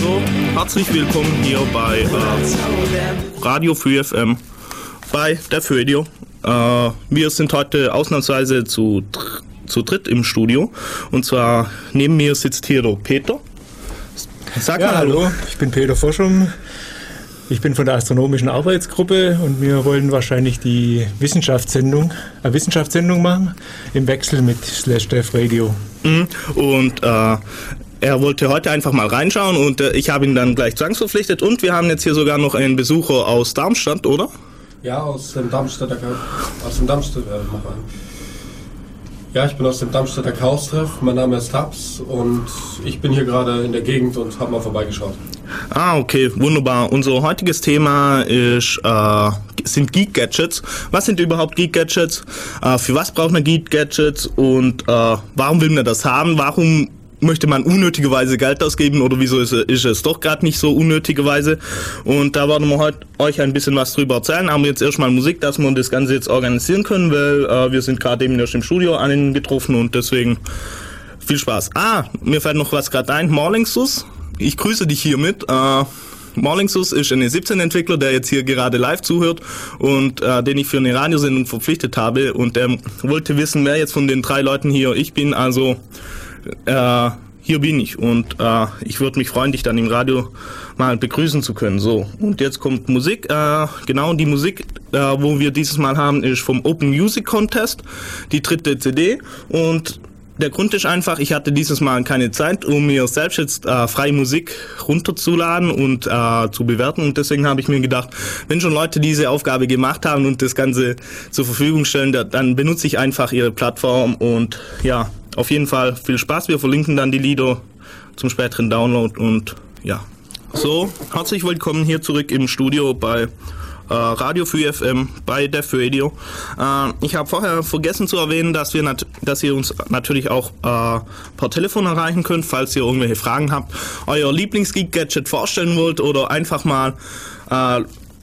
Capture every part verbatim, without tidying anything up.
So, herzlich willkommen hier bei äh, Radio Free F M, bei Def Radio. Äh, wir sind heute ausnahmsweise zu, zu dritt im Studio. Und zwar neben mir sitzt hier der Peter. Sag ja, mal hallo. hallo, ich bin Peter Forschung. Ich bin von der Astronomischen Arbeitsgruppe und wir wollen wahrscheinlich die Wissenschaftssendung, eine Wissenschaftssendung machen im Wechsel mit Slash Def Radio. Und äh, er wollte heute einfach mal reinschauen und äh, ich habe ihn dann gleich zwangsverpflichtet und wir haben jetzt hier sogar noch einen Besucher aus Darmstadt, oder? Ja, aus dem Darmstädter, aus dem Darmstädter, mach mal. Ja, ich bin aus dem Darmstädter Chaos-Treff, mein Name ist Tabs und ich bin hier gerade in der Gegend und habe mal vorbeigeschaut. Ah, okay, wunderbar. Unser heutiges Thema ist, äh, sind Geek-Gadgets. Was sind überhaupt Geek-Gadgets? Äh, für was braucht man Geek-Gadgets und äh, warum will man das haben? Warum möchte man unnötigerweise Geld ausgeben oder wieso ist, ist es doch gerade nicht so unnötigerweise? Und da werden wir heute euch ein bisschen was drüber erzählen. Haben wir jetzt erstmal Musik, dass wir das Ganze jetzt organisieren können, weil äh, wir sind gerade eben erst im Studio angetroffen und deswegen viel Spaß. Ah, mir fällt noch was gerade ein. Morlingsus, ich grüße dich hiermit. Äh, Morlingsus ist ein siebzehn-Entwickler, der jetzt hier gerade live zuhört und äh, den ich für eine Radiosendung verpflichtet habe und der wollte wissen, wer jetzt von den drei Leuten hier ich bin, also Äh, hier bin ich und äh, ich würde mich freuen, dich dann im Radio mal begrüßen zu können. So, und jetzt kommt Musik. Äh, genau, die Musik, äh, wo wir dieses Mal haben, ist vom Open Music Contest, die dritte C D. Und der Grund ist einfach, ich hatte dieses Mal keine Zeit, um mir selbst jetzt äh, freie Musik runterzuladen und äh, zu bewerten. Und deswegen habe ich mir gedacht, wenn schon Leute diese Aufgabe gemacht haben und das Ganze zur Verfügung stellen, dann benutze ich einfach ihre Plattform und ja, auf jeden Fall viel Spaß. Wir verlinken dann die Lieder zum späteren Download und ja. So, herzlich willkommen hier zurück im Studio bei äh, Radio Free F M, bei Def Radio. Äh, ich habe vorher vergessen zu erwähnen, dass wir nat- dass ihr uns natürlich auch äh, per Telefon erreichen könnt, falls ihr irgendwelche Fragen habt, euer Lieblings-Geek-Gadget vorstellen wollt oder einfach mal äh,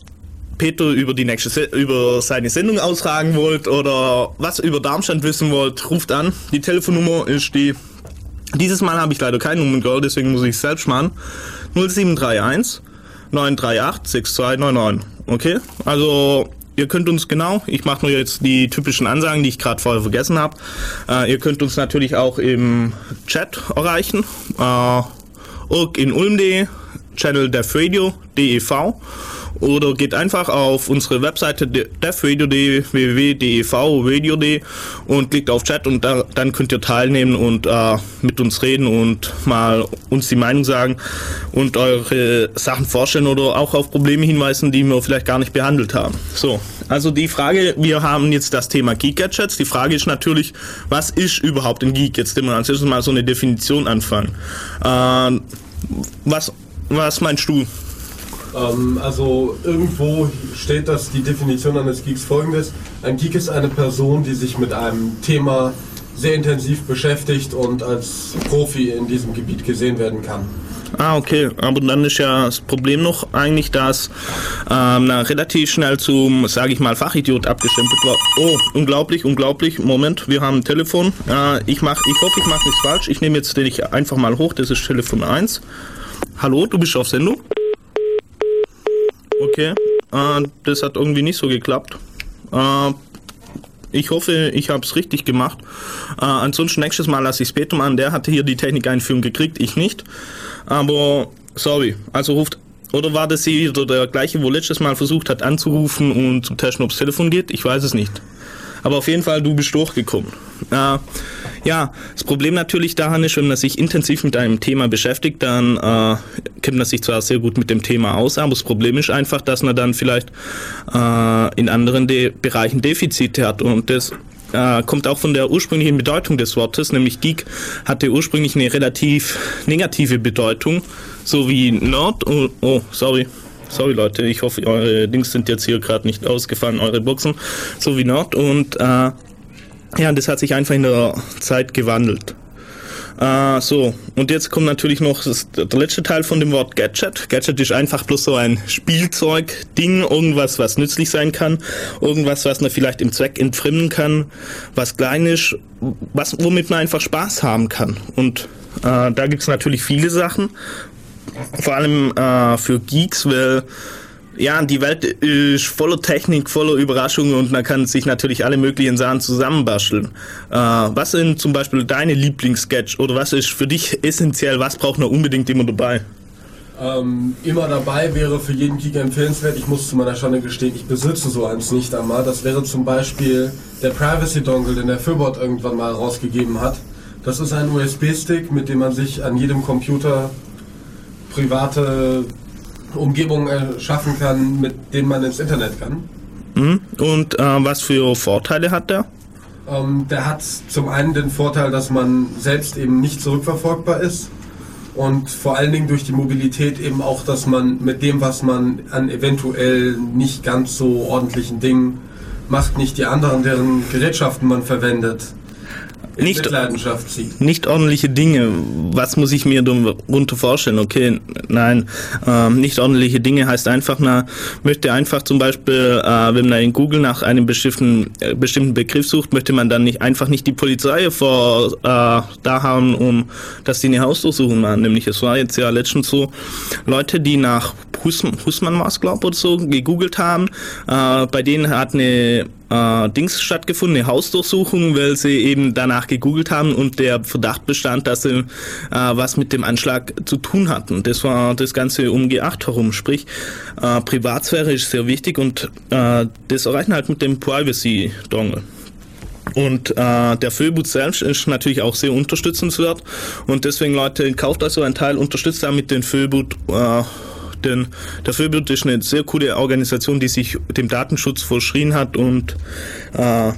Peter über die nächste Se- über seine Sendung ausfragen wollt oder was über Darmstadt wissen wollt, ruft an. Die Telefonnummer ist die. Dieses Mal habe ich leider keine Nummer gehört, deswegen muss ich es selbst machen. null sieben drei eins neun drei acht sechs zwei neun neun. Okay? Also ihr könnt uns genau, ich mache nur jetzt die typischen Ansagen, die ich gerade vorher vergessen habe. Äh, ihr könnt uns natürlich auch im Chat erreichen. Äh, Org in Ulm punkt de, Channel defradio punkt dev. Oder geht einfach auf unsere Webseite defradio punkt de, w w w punkt dev radio punkt de und klickt auf Chat und da, dann könnt ihr teilnehmen und äh, mit uns reden und mal uns die Meinung sagen und eure Sachen vorstellen oder auch auf Probleme hinweisen, die wir vielleicht gar nicht behandelt haben. So, also die Frage, wir haben jetzt das Thema Geek-Gadgets. Die Frage ist natürlich, was ist überhaupt ein Geek? Jetzt immer als erstes mal so eine Definition anfangen. Äh, was, was meinst du? Ähm, also irgendwo steht, dass die Definition eines Geeks folgendes: Ein Geek ist eine Person, die sich mit einem Thema sehr intensiv beschäftigt und als Profi in diesem Gebiet gesehen werden kann. Ah, okay, aber dann ist ja das Problem noch eigentlich, dass ähm, na, relativ schnell zum, sage ich mal, Fachidiot abgestempelt war. Oh, unglaublich, unglaublich. Moment, wir haben ein Telefon. Äh, ich mach, ich hoffe, ich mache nichts falsch. Ich nehme jetzt den einfach mal hoch, das ist Telefon eins. Hallo, du bist auf Sendung? Okay, äh, das hat irgendwie nicht so geklappt. Äh, ich hoffe, ich habe es richtig gemacht. Äh, ansonsten nächstes Mal lasse ich es Peter an. Der hatte hier die Technikeinführung gekriegt, ich nicht. Aber sorry, also ruft, oder war das sie oder der gleiche, wo letztes Mal versucht hat anzurufen und zu testen, ob das Telefon geht? Ich weiß es nicht. Aber auf jeden Fall, du bist durchgekommen. Äh, ja, das Problem natürlich daran ist, wenn man sich intensiv mit einem Thema beschäftigt, dann äh, kennt man sich zwar sehr gut mit dem Thema aus, aber das Problem ist einfach, dass man dann vielleicht äh, in anderen De- Bereichen Defizite hat und das äh, kommt auch von der ursprünglichen Bedeutung des Wortes, nämlich Geek hatte ursprünglich eine relativ negative Bedeutung, so wie Nerd, oh, oh sorry, Sorry Leute, ich hoffe, eure Dings sind jetzt hier gerade nicht ausgefallen, eure Boxen, so wie Nord. Und äh, ja, das hat sich einfach in der Zeit gewandelt. Äh, so, und jetzt kommt natürlich noch das, der letzte Teil von dem Wort Gadget. Gadget ist einfach bloß so ein Spielzeug-Ding, irgendwas, was nützlich sein kann, irgendwas, was man vielleicht im Zweck entfremden kann, was klein ist, was, womit man einfach Spaß haben kann. Und äh, da gibt's natürlich viele Sachen. vor allem äh, für Geeks, weil ja, die Welt ist voller Technik, voller Überraschungen und man kann sich natürlich alle möglichen Sachen zusammenbasteln. Äh, was sind zum Beispiel deine Lieblingssketch oder was ist für dich essentiell, was braucht man unbedingt immer dabei? Ähm, immer dabei wäre für jeden Geek empfehlenswert, ich muss zu meiner Schande gestehen, ich besitze so eins nicht einmal. Das wäre zum Beispiel der Privacy-Dongle, den der Philbot irgendwann mal rausgegeben hat. Das ist ein U S B-Stick, mit dem man sich an jedem Computer private Umgebungen erschaffen kann, mit denen man ins Internet kann. Mhm. Und äh, was für Vorteile hat der? Ähm, der hat zum einen den Vorteil, dass man selbst eben nicht zurückverfolgbar ist und vor allen Dingen durch die Mobilität eben auch, dass man mit dem, was man an eventuell nicht ganz so ordentlichen Dingen macht, nicht die anderen, deren Gerätschaften man verwendet, Nicht, Mitleidenschaft zieht. Nicht ordentliche Dinge. Was muss ich mir darunter vorstellen? Okay, nein, ähm, nicht ordentliche Dinge heißt einfach, man möchte einfach zum Beispiel, äh, wenn man in Google nach einem bestimmten, äh, bestimmten Begriff sucht, möchte man dann nicht einfach nicht die Polizei vor äh, da haben, um dass die eine Hausdurchsuchung machen. Nämlich es war jetzt ja letztens so, Leute, die nach Husmann, Husmann war es, glaube ich, oder so, gegoogelt haben, äh, bei denen hat eine äh, Dings stattgefunden, eine Hausdurchsuchung, weil sie eben danach gegoogelt haben und der Verdacht bestand, dass sie äh, was mit dem Anschlag zu tun hatten. Das war das Ganze um G acht herum, sprich äh, Privatsphäre ist sehr wichtig und äh, das erreichen halt mit dem Privacy-Dongle. Und äh, der Föbut selbst ist natürlich auch sehr unterstützenswert und deswegen, Leute, kauft also einen Teil, unterstützt damit den Föbut, äh, denn der Föbut ist eine sehr coole Organisation, die sich dem Datenschutz verschrien hat und äh,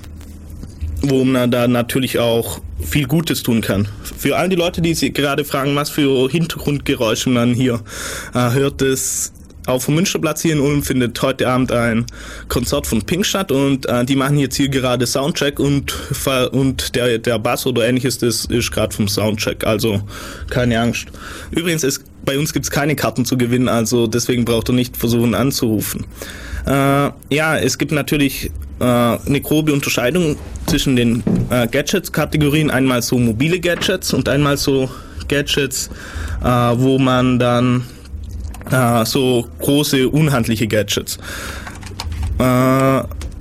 wo man da natürlich auch viel Gutes tun kann. Für all die Leute, die sich gerade fragen, was für Hintergrundgeräusche man hier äh, hört, das auf dem Münsterplatz hier in Ulm findet heute Abend ein Konzert von Pink statt und äh, die machen jetzt hier gerade Soundcheck und und der der Bass oder ähnliches, das ist gerade vom Soundcheck, also keine Angst. Übrigens ist bei uns gibt's keine Karten zu gewinnen, also deswegen braucht ihr nicht versuchen anzurufen. Äh, ja, es gibt natürlich äh, eine grobe Unterscheidung zwischen den äh, Gadgets-Kategorien, einmal so mobile Gadgets und einmal so Gadgets, äh, wo man dann äh, so große, unhandliche Gadgets. Äh,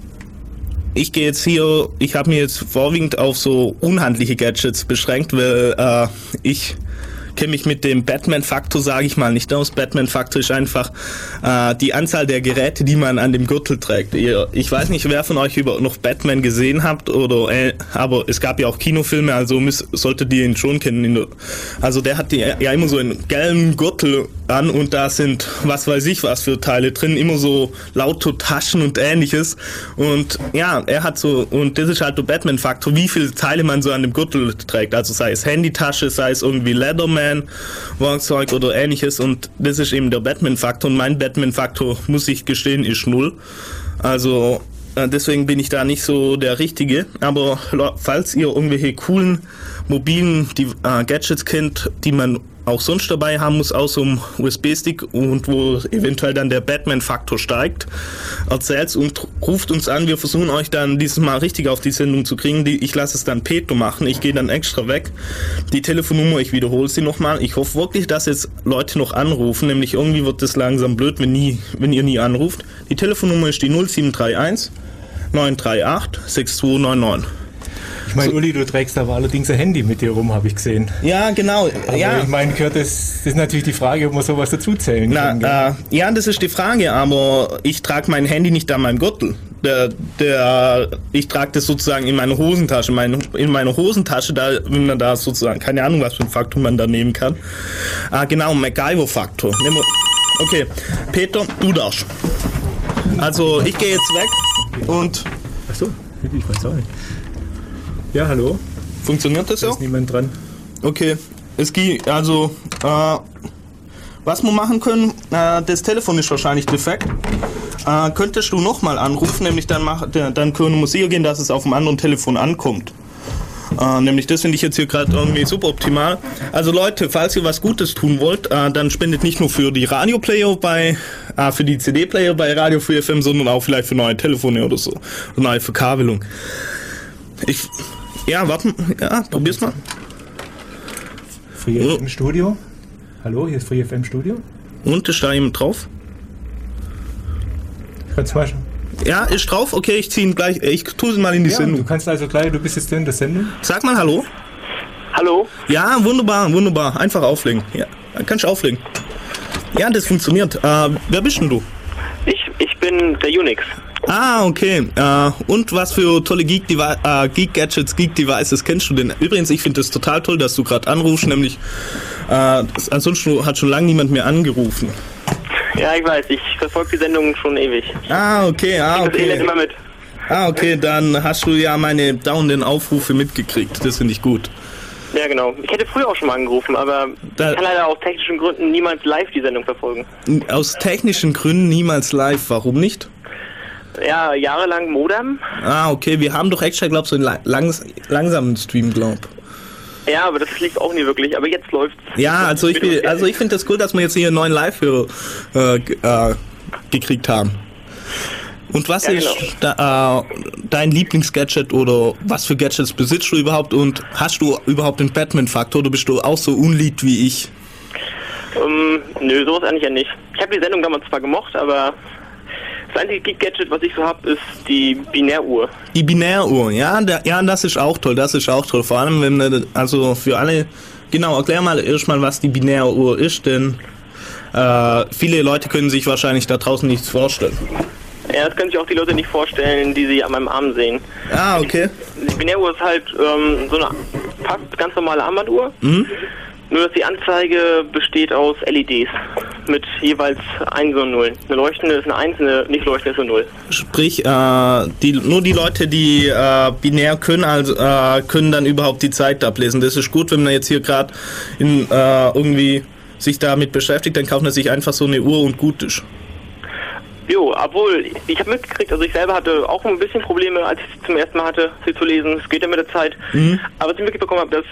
ich gehe jetzt hier, ich habe mir jetzt vorwiegend auf so unhandliche Gadgets beschränkt, weil äh, ich kenne mich mit dem Batman-Faktor, sage ich mal, nicht aus. Batman-Faktor ist einfach äh, die Anzahl der Geräte, die man an dem Gürtel trägt. Ihr, ich weiß nicht, wer von euch über noch Batman gesehen habt, oder äh, aber es gab ja auch Kinofilme, also müsst, solltet ihr ihn schon kennen. Also der hat die, ja immer so einen gelben Gürtel an und da sind, was weiß ich was für Teile drin, immer so lauter Taschen und ähnliches. Und ja, er hat so, und das ist halt der Batman-Faktor, wie viele Teile man so an dem Gürtel trägt. Also sei es Handytasche, sei es irgendwie Leatherman, Werkzeug oder ähnliches, und das ist eben der Batman-Faktor und mein Batman-Faktor, muss ich gestehen, ist null. Also äh, deswegen bin ich da nicht so der Richtige, aber falls ihr irgendwelche coolen mobilen die, äh, Gadgets kennt, die man auch sonst dabei haben muss, außer um U S B-Stick und wo eventuell dann der Batman-Faktor steigt, erzählt's und ruft uns an. Wir versuchen euch dann dieses Mal richtig auf die Sendung zu kriegen. Die, ich lasse es dann Peter machen. Ich gehe dann extra weg. Die Telefonnummer, ich wiederhole sie nochmal. Ich hoffe wirklich, dass jetzt Leute noch anrufen. Nämlich irgendwie wird das langsam blöd, wenn, nie, wenn ihr nie anruft. Die Telefonnummer ist die null sieben drei eins neun drei acht sechs zwei neun neun. Ich meine, Uli, du trägst aber allerdings ein Handy mit dir rum, habe ich gesehen. Ja, genau. Aber ja. ich meine, gehört das, das ist natürlich die Frage, ob man sowas dazuzählen kann. Na, äh, ja, das ist die Frage, aber ich trage mein Handy nicht an meinem Gürtel. Der, der, ich trage das sozusagen in meiner Hosentasche. Mein, in meiner Hosentasche, da, wenn man da sozusagen, keine Ahnung, was für einen Faktor man da nehmen kann. Ah, genau, MacGyver-Faktor. Okay, Peter, du darfst. Also, ich gehe jetzt weg und... Ach so, ich weiß auch nicht. Ja, hallo. Funktioniert das da so? Ist niemand dran. Okay. Es geht, also, äh, was wir machen können, äh, das Telefon ist wahrscheinlich defekt. Äh, könntest du nochmal anrufen, nämlich dann, mach, dann können wir sicher gehen, dass es auf dem anderen Telefon ankommt. Äh, nämlich das finde ich jetzt hier gerade irgendwie super optimal. Also Leute, falls ihr was Gutes tun wollt, äh, dann spendet nicht nur für die Radioplayer bei, äh, für die C D-Player bei Radio Free F M, sondern auch vielleicht für neue Telefone oder so. Neue Verkabelung. Ich... Ja, warten. Ja, probier's mal. Früher ja. im Studio. Hallo, hier ist Free F M Studio. Und ist da jemand drauf? Kannst du mal schauen. Ja, ist drauf? Okay, ich ziehe ihn gleich, ich tue ihn mal in die Ja, Sendung. du kannst also gleich, du bist jetzt in der Sendung. Sag mal Hallo. Hallo? Ja, wunderbar, wunderbar. Einfach auflegen. Ja, kannst du auflegen. Ja, das funktioniert. Äh, wer bist denn du? Ich, ich bin der Unix. Ah, okay. Äh, und was für tolle Geek, Devi- äh, Geek Gadgets, Geek Devices kennst du denn? Übrigens, ich finde es total toll, dass du gerade anrufst, nämlich äh, ansonsten hat schon lange niemand mehr angerufen. Ja, ich weiß, ich verfolge die Sendung schon ewig. Ah, okay, ah, Ich krieg das Elend okay. immer mit. Ah, okay, dann hast du ja meine dauernden Aufrufe mitgekriegt. Das finde ich gut. Ja, genau. Ich hätte früher auch schon mal angerufen, aber Da- ich kann leider aus technischen Gründen niemals live die Sendung verfolgen. Aus technischen Gründen niemals live. Warum nicht? Ja, jahrelang Modem. Ah, okay, wir haben doch extra, glaub so einen la- langs- langsamen Stream, glaub. Ja, aber das lief auch nie wirklich. Aber jetzt läuft's. Ja, also ich will, also ich finde das cool, dass wir jetzt hier einen neuen Live-Hörer äh, g- äh, gekriegt haben. Und was Ja, ist genau. da, äh, dein Lieblingsgadget oder was für Gadgets besitzt du überhaupt und hast du überhaupt den Batman-Faktor oder bist du auch so unlieb wie ich? Ähm, nö, sowas eigentlich ja nicht. Ich habe die Sendung damals zwar gemocht, aber das einzige Geek-Gadget, was ich so habe, ist die Binäruhr. Die Binäruhr, ja, der, ja, das ist auch toll, das ist auch toll. Vor allem, wenn, man- also für alle, genau, erklär mal erstmal, was die Binäruhr ist, denn äh, viele Leute können sich wahrscheinlich da draußen nichts vorstellen. Ja, das können sich auch die Leute nicht vorstellen, die sie an meinem Arm sehen. Ah, okay. Die Binäruhr ist halt ähm, so eine fast ganz normale Armbanduhr. Mhm. Nur, dass die Anzeige besteht aus L E Ds mit jeweils eins und null. Eine leuchtende ist eine eins, eine nicht leuchtende ist eine null. Sprich, äh, die, nur die Leute, die äh, binär können, also äh, können dann überhaupt die Zeit ablesen. Das ist gut, wenn man jetzt hier gerade in äh, irgendwie sich damit beschäftigt, dann kauft man sich einfach so eine Uhr und gut ist. Jo, obwohl, ich habe mitgekriegt, also ich selber hatte auch ein bisschen Probleme, als ich sie zum ersten Mal hatte, sie zu lesen. Es geht ja mit der Zeit. Mhm. Aber was ich mitbekommen habe, dass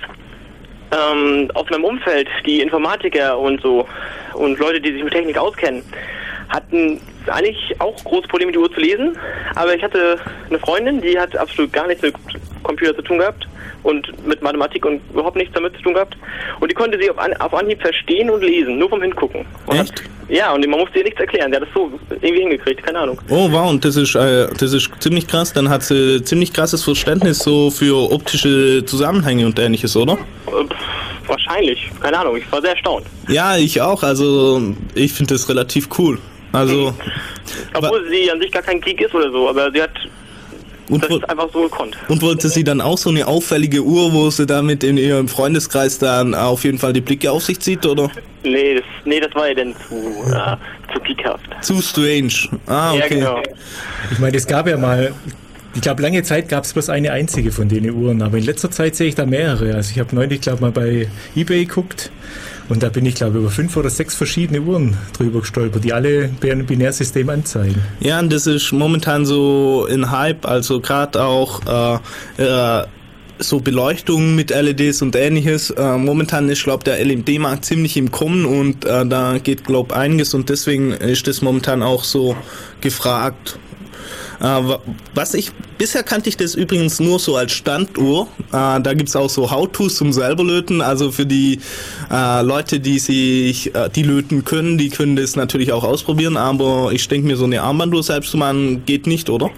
ähm, aus meinem Umfeld die Informatiker und so und Leute, die sich mit Technik auskennen, hatten eigentlich auch große Probleme, die Uhr zu lesen. Aber ich hatte eine Freundin, die hat absolut gar nichts mit Computer zu tun gehabt und mit Mathematik und überhaupt nichts damit zu tun gehabt. Und die konnte sie auf, An auf Anhieb verstehen und lesen, nur vom Hingucken. Und Echt? Hat, ja, und man musste ihr nichts erklären. Der hat das so irgendwie hingekriegt, keine Ahnung. Oh wow, und das ist, äh, das ist ziemlich krass. Dann hat sie ziemlich krasses Verständnis so für optische Zusammenhänge und ähnliches, oder? Äh, pff, wahrscheinlich, keine Ahnung, ich war sehr erstaunt. Ja, ich auch. Also ich finde das relativ cool. Also Obwohl sie an sich gar kein Geek ist oder so, aber sie hat und, das wo- ist einfach so gekonnt. und wollte sie dann auch so eine auffällige Uhr, wo sie damit in ihrem Freundeskreis dann auf jeden Fall die Blicke auf sich zieht, oder? Nee, das, nee, das war ja dann zu, äh, zu geekhaft. Zu strange. Ah, Ja, okay. genau. Ich meine, es gab ja mal, ich glaube, lange Zeit gab es bloß eine einzige von den Uhren, aber in letzter Zeit sehe ich da mehrere. Also ich habe neulich, glaube mal bei eBay geguckt und da bin ich, glaube über fünf oder sechs verschiedene Uhren drüber gestolpert, die alle ein Binärsystem anzeigen. Ja, und das ist momentan so in Hype, also gerade auch äh, äh, so Beleuchtung mit L E Ds und ähnliches. Äh, momentan ist, glaube der L E D-Markt ziemlich im Kommen und äh, da geht, glaube einiges und deswegen ist das momentan auch so gefragt. Äh, wa- was ich, bisher kannte ich das übrigens nur so als Standuhr. Äh, da gibt's auch so How-Tos zum selber löten. Also für die äh, Leute, die sich, äh, die löten können, die können das natürlich auch ausprobieren. Aber ich denke mir, so eine Armbanduhr selbst zu machen, geht nicht, oder?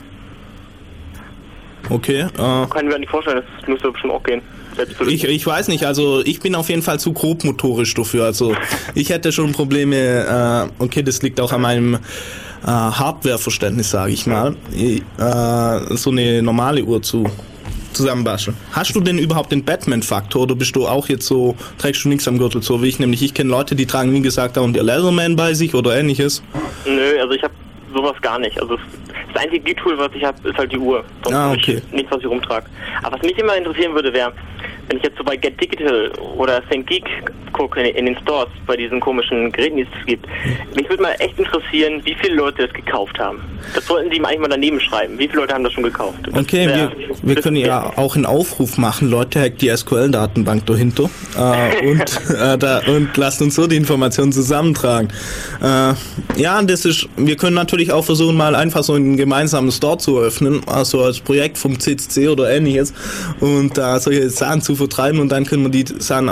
Okay. Äh, Kann ich mir nicht vorstellen, das müsste bestimmt auch gehen. Selbst für- ich, ich weiß nicht, also ich bin auf jeden Fall zu grobmotorisch dafür. Also ich hätte schon Probleme, äh, okay, das liegt auch an meinem äh, Hardware-Verständnis, sage ich mal, äh, so eine normale Uhr zu zusammenbasteln. Hast du denn überhaupt den Batman-Faktor oder bist du auch jetzt so, trägst du nichts am Gürtel so wie ich? Nämlich ich kenne Leute, die tragen, wie gesagt, da und ihr Leatherman bei sich oder ähnliches. Nö, also ich habe sowas gar nicht. Also das einzige Geek-Tool, was ich habe, ist halt die Uhr. Sonst Ah, hab okay. ich nichts, was ich rumtrage. Aber was mich immer interessieren würde, wäre, wenn ich jetzt so bei Get Digital oder Think Geek gucke in, in den Stores, bei diesen komischen Geräten, die es gibt, mich würde mal echt interessieren, wie viele Leute das gekauft haben. Das sollten die eigentlich mal daneben schreiben. Wie viele Leute haben das schon gekauft? Das Okay, wär- wir, wir das können wär- ja auch einen Aufruf machen, Leute, hackt die S Q L-Datenbank dahinter äh, und, äh, da, und lasst uns so die Informationen zusammentragen. Äh, ja, das ist, wir können natürlich auch versuchen, mal einfach so einen gemeinsamen Store zu öffnen, also als Projekt vom C C C oder ähnliches und da solche Sachen zu vertreiben und dann können wir die Sachen auch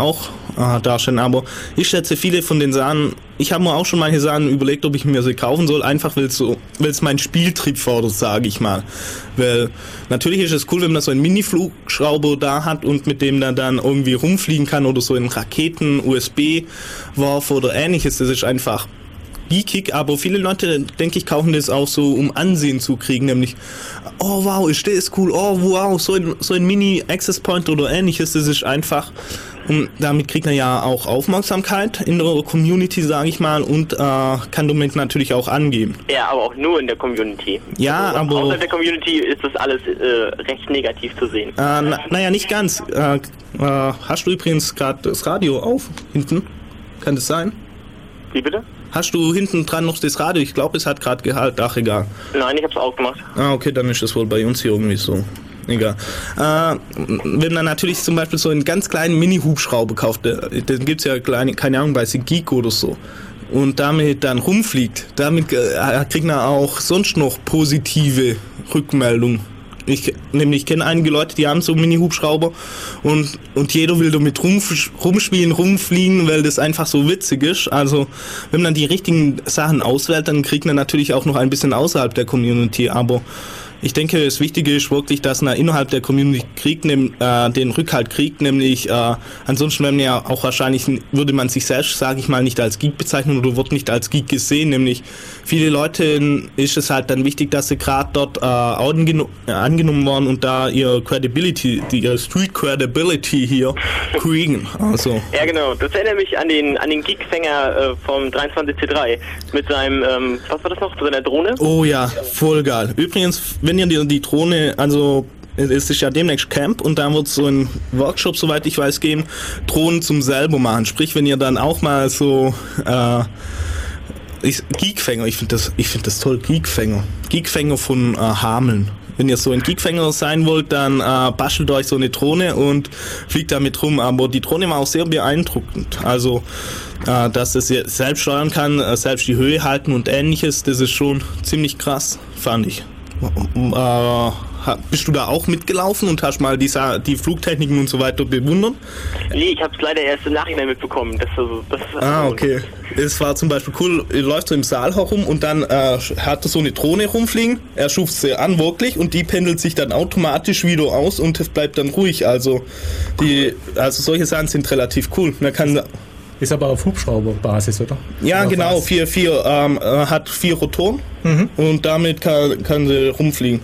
äh, darstellen. Aber ich schätze, viele von den Sachen, ich habe mir auch schon manche Sachen überlegt, ob ich mir sie kaufen soll, einfach weil es so, weil es meinen Spieltrieb fordert, sage ich mal. Weil natürlich ist es cool, wenn man so einen Mini-Flugschrauber da hat und mit dem dann, dann irgendwie rumfliegen kann oder so einen Raketen-U S B-Wurf oder ähnliches. Das ist einfach geekig, aber viele Leute, denke ich, kaufen das auch so, um Ansehen zu kriegen, nämlich, oh wow, ist das cool, oh wow, so ein, so ein Mini-Access-Point oder ähnliches, das ist einfach, und damit kriegt man ja auch Aufmerksamkeit in der Community, sage ich mal, und äh, kann damit natürlich auch angeben. Ja, aber auch nur in der Community. Ja, also, aber... Außerhalb der Community ist das alles äh, recht negativ zu sehen. Äh, na, naja, nicht ganz. Äh, äh, hast du übrigens gerade das Radio auf, hinten? Kann das sein? Wie bitte? Hast du hinten dran noch das Radio? Ich glaube, es hat gerade gehalten. Ach, egal. Nein, ich habe es ausgemacht. Ah, okay, dann ist das wohl bei uns hier irgendwie so. Egal. Äh, wenn man natürlich zum Beispiel so einen ganz kleinen Mini-Hubschrauber kauft, den gibt's ja kleine, keine Ahnung, bei Geek oder so, und damit dann rumfliegt, damit äh, kriegt man auch sonst noch positive Rückmeldungen. Ich nämlich kenne einige Leute, die haben so Mini-Hubschrauber und, und jeder will damit rum, rumspielen, rumfliegen, weil das einfach so witzig ist. Also wenn man die richtigen Sachen auswählt, dann kriegt man natürlich auch noch ein bisschen außerhalb der Community, aber ich denke, das Wichtige ist wirklich, dass man innerhalb der Community kriegt, nehm, äh, den Rückhalt kriegt, nämlich äh, ansonsten wäre man ja auch wahrscheinlich, würde man sich selbst, sage ich mal, nicht als Geek bezeichnen oder wird nicht als Geek gesehen, nämlich viele Leute ist es halt dann wichtig, dass sie gerade dort äh, angeno- äh, angenommen worden und da ihr Credibility, die, ihre Street Credibility hier kriegen. Also. Ja genau, das erinnert mich an den an den Geekfänger äh, vom dreiundzwanzig C drei mit seinem, ähm, was war das noch, zu seiner Drohne? Oh ja, voll geil. Übrigens, wenn ihr die, die Drohne, also es ist ja demnächst Camp und da wird so ein Workshop, soweit ich weiß, geben, Drohnen zum selber machen. Sprich, wenn ihr dann auch mal so äh, ich, Geekfänger, ich finde das, ich finde das toll, Geekfänger, Geekfänger von äh, Hameln. Wenn ihr so ein Geekfänger sein wollt, dann äh, bastelt euch so eine Drohne und fliegt damit rum. Aber die Drohne war auch sehr beeindruckend. Also, äh, dass es selbst steuern kann, äh, selbst die Höhe halten und ähnliches, das ist schon ziemlich krass, fand ich. Äh, bist du da auch mitgelaufen und hast mal die, die Flugtechniken und so weiter bewundert? Nee, ich habe es leider erst im Nachhinein mitbekommen. Das, also, das ah, okay. Es war zum Beispiel cool, er läuft so im Saal herum und dann äh, hat er so eine Drohne rumfliegen, er schuft sie an wirklich und die pendelt sich dann automatisch wieder aus und es bleibt dann ruhig. Also, die, also solche Sachen sind relativ cool. Man kann... Ist aber auf Hubschrauberbasis, oder? Ja, oder genau, vier, vier, ähm, hat vier Rotoren mhm. und damit kann, kann sie rumfliegen.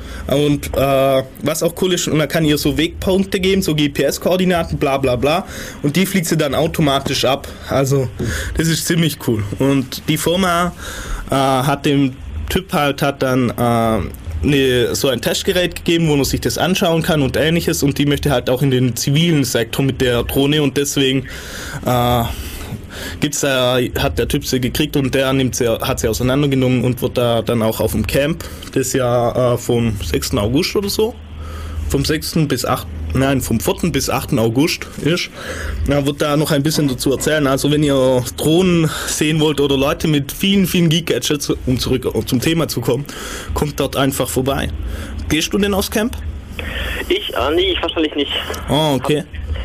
Und äh, was auch cool ist, man kann ihr so Wegpunkte geben, so G P S-Koordinaten, bla bla bla, und die fliegt sie dann automatisch ab. Also das ist ziemlich cool. Und die Firma äh, hat dem Typ halt hat dann äh, Ne, so ein Testgerät gegeben, wo man sich das anschauen kann und ähnliches, und die möchte halt auch in den zivilen Sektor mit der Drohne, und deswegen äh, gibt's da, hat der Typ sie gekriegt und der nimmt sie, hat sie auseinandergenommen und wird da dann auch auf dem Camp, das ja äh, vom sechsten August oder so, vom sechsten bis achten Nein, vom vierten bis achten August ist. Da wird da noch ein bisschen dazu erzählen. Also wenn ihr Drohnen sehen wollt oder Leute mit vielen, vielen Geek-Gadgets, um zurück zum Thema zu kommen, kommt dort einfach vorbei. Gehst du denn aufs Camp? Ich? Äh, nee, ich wahrscheinlich nicht. Oh, okay.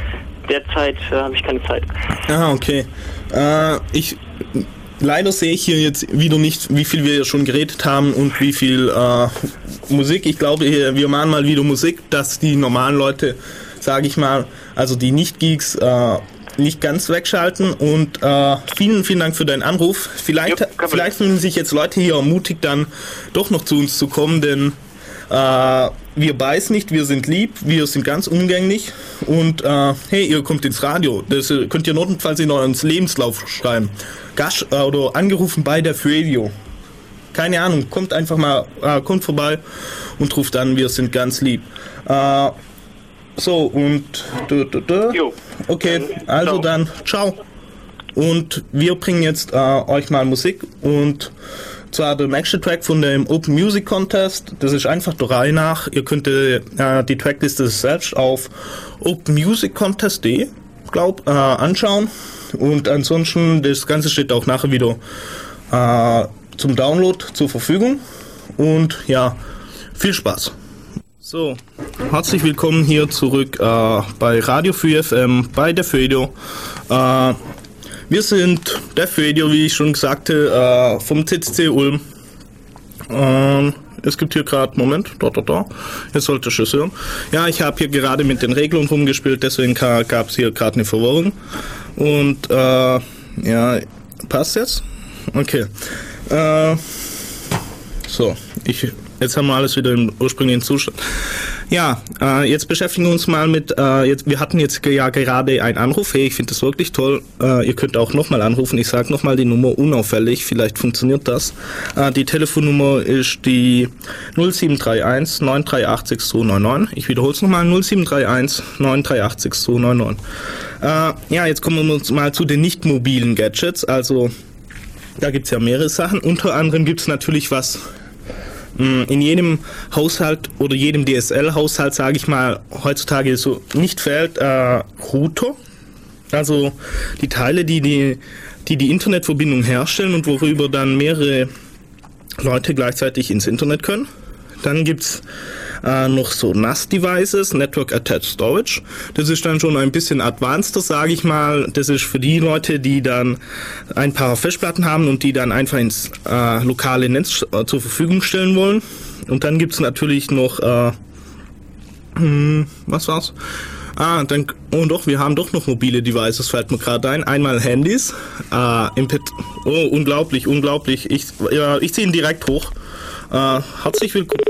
Derzeit äh, habe ich keine Zeit. Ah, okay. Äh, ich... Leider sehe ich hier jetzt wieder nicht, wie viel wir schon geredet haben und wie viel äh, Musik. Ich glaube, wir machen mal wieder Musik, dass die normalen Leute, sage ich mal, also die Nicht-Geeks, äh, nicht ganz wegschalten. Und äh, vielen, vielen Dank für deinen Anruf. Vielleicht, jo, vielleicht fühlen sich jetzt Leute hier ermutigt, dann doch noch zu uns zu kommen, denn äh, wir beißen nicht, wir sind lieb, wir sind ganz umgänglich und äh, hey, ihr kommt ins Radio. Das könnt ihr notfalls in euren Lebenslauf schreiben. Gast äh, oder angerufen bei der Radio. Keine Ahnung, kommt einfach mal, äh, kommt vorbei und ruft an, wir sind ganz lieb. Äh, so, und dö, dö, dö. Jo. Okay, also ciao. Dann ciao. Und wir bringen jetzt äh, euch mal Musik, und zwar der nächste Track von dem Open Music Contest. Das ist einfach der Reihe nach. Ihr könnt äh, die Trackliste selbst auf open music contest punkt de glaub, äh, anschauen. Und ansonsten, das Ganze steht auch nachher wieder äh, zum Download zur Verfügung. Und ja, viel Spaß. So, herzlich willkommen hier zurück äh, bei Radio vier F M, bei der Fedio. Äh, wir sind der Fedio, wie ich schon sagte, äh, vom C C C Ulm. Äh, es gibt hier gerade, Moment, da, da, da, jetzt sollte ich es hören. Ja, ich habe hier gerade mit den Reglern rumgespielt, deswegen gab es hier gerade eine Verwirrung. Und, äh, ja, passt jetzt? Okay. Äh, so, ich... Jetzt haben wir alles wieder im ursprünglichen Zustand. Ja, äh, jetzt beschäftigen wir uns mal mit, äh, jetzt, wir hatten jetzt ja gerade einen Anruf. Hey, ich finde das wirklich toll. Äh, ihr könnt auch nochmal anrufen. Ich sage nochmal die Nummer unauffällig. Vielleicht funktioniert das. Äh, die Telefonnummer ist die null sieben drei eins neun drei acht sechs zwei neun neun. Ich wiederhole es nochmal. null sieben drei eins neun drei acht sechs zwei neun neun. Äh, ja, jetzt kommen wir uns mal zu den nicht mobilen Gadgets. Also, da gibt es ja mehrere Sachen. Unter anderem gibt es natürlich was... In jedem Haushalt oder jedem D S L-Haushalt, sage ich mal, heutzutage so nicht fehlt äh, Router, also die Teile, die die, die die Internetverbindung herstellen und worüber dann mehrere Leute gleichzeitig ins Internet können. Dann gibt's äh, noch so N A S-Devices, Network Attached Storage. Das ist dann schon ein bisschen advanceder, sage ich mal. Das ist für die Leute, die dann ein paar Festplatten haben und die dann einfach ins äh, lokale Netz äh, zur Verfügung stellen wollen. Und dann gibt's natürlich noch, äh, hm, was war's? Ah, dann, oh doch, wir haben doch noch mobile Devices, fällt mir gerade ein. Einmal Handys, äh, M P oh, unglaublich, unglaublich. Ich, ja, ich ziehe ihn direkt hoch. Äh, herzlich willkommen.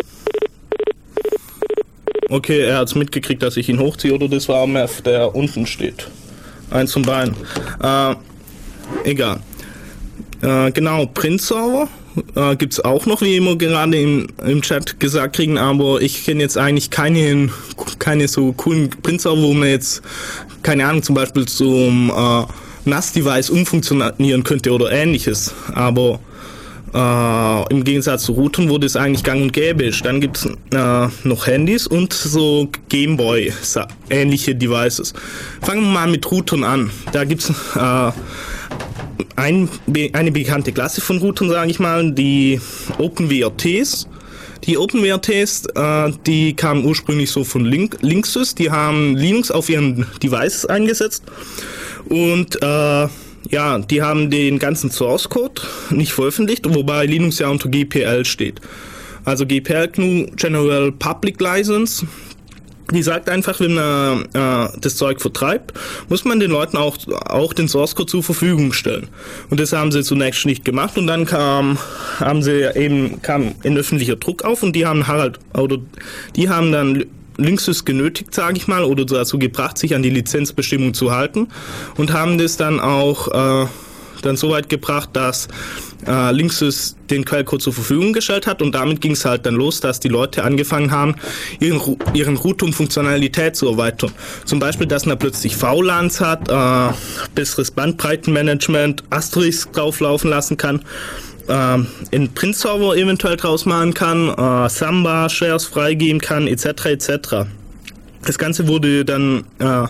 Okay, er hat es mitgekriegt, dass ich ihn hochziehe, oder das war Mev, der unten steht. Eins zum Bein. Äh, egal. Äh, genau, Print-Server äh, gibt es auch noch, wie immer gerade im, im Chat gesagt kriegen, aber ich kenne jetzt eigentlich keine, keine so coolen Print-Server, wo man jetzt, keine Ahnung, zum Beispiel zum äh, N A S-Device umfunktionieren könnte oder ähnliches, aber Uh, im Gegensatz zu Routern, wo das eigentlich gang und gäbe ist. Dann gibt's uh, noch Handys und so Gameboy ähnliche Devices. Fangen wir mal mit Routern an. Da gibt's uh, ein, eine bekannte Klasse von Routern, sage ich mal, die OpenWRTs. Die OpenWRTs, uh, die kamen ursprünglich so von Link, Linksys. Die haben Linux auf ihren Devices eingesetzt und uh, ja, die haben den ganzen Source Code nicht veröffentlicht, wobei Linux ja unter G P L steht. Also G P L, G N U General Public License, die sagt einfach, wenn man äh, das Zeug vertreibt, muss man den Leuten auch, auch den Source Code zur Verfügung stellen. Und das haben sie zunächst nicht gemacht und dann kam, haben sie eben, kam ein öffentlicher Druck auf und die haben Harald, oder die haben dann Linksys genötigt, sage ich mal, oder dazu gebracht, sich an die Lizenzbestimmung zu halten und haben das dann auch äh, dann so weit gebracht, dass äh, Linksys den Quellcode zur Verfügung gestellt hat und damit ging es halt dann los, dass die Leute angefangen haben, ihren, ihren Router um Funktionalität zu erweitern. Zum Beispiel, dass man plötzlich V LANs hat, äh, besseres Bandbreitenmanagement, Asterisk drauflaufen lassen kann, Uh, in Print-Server eventuell draus machen kann, uh, Samba-Shares freigeben kann, et cetera et cetera. Das Ganze wurde dann uh,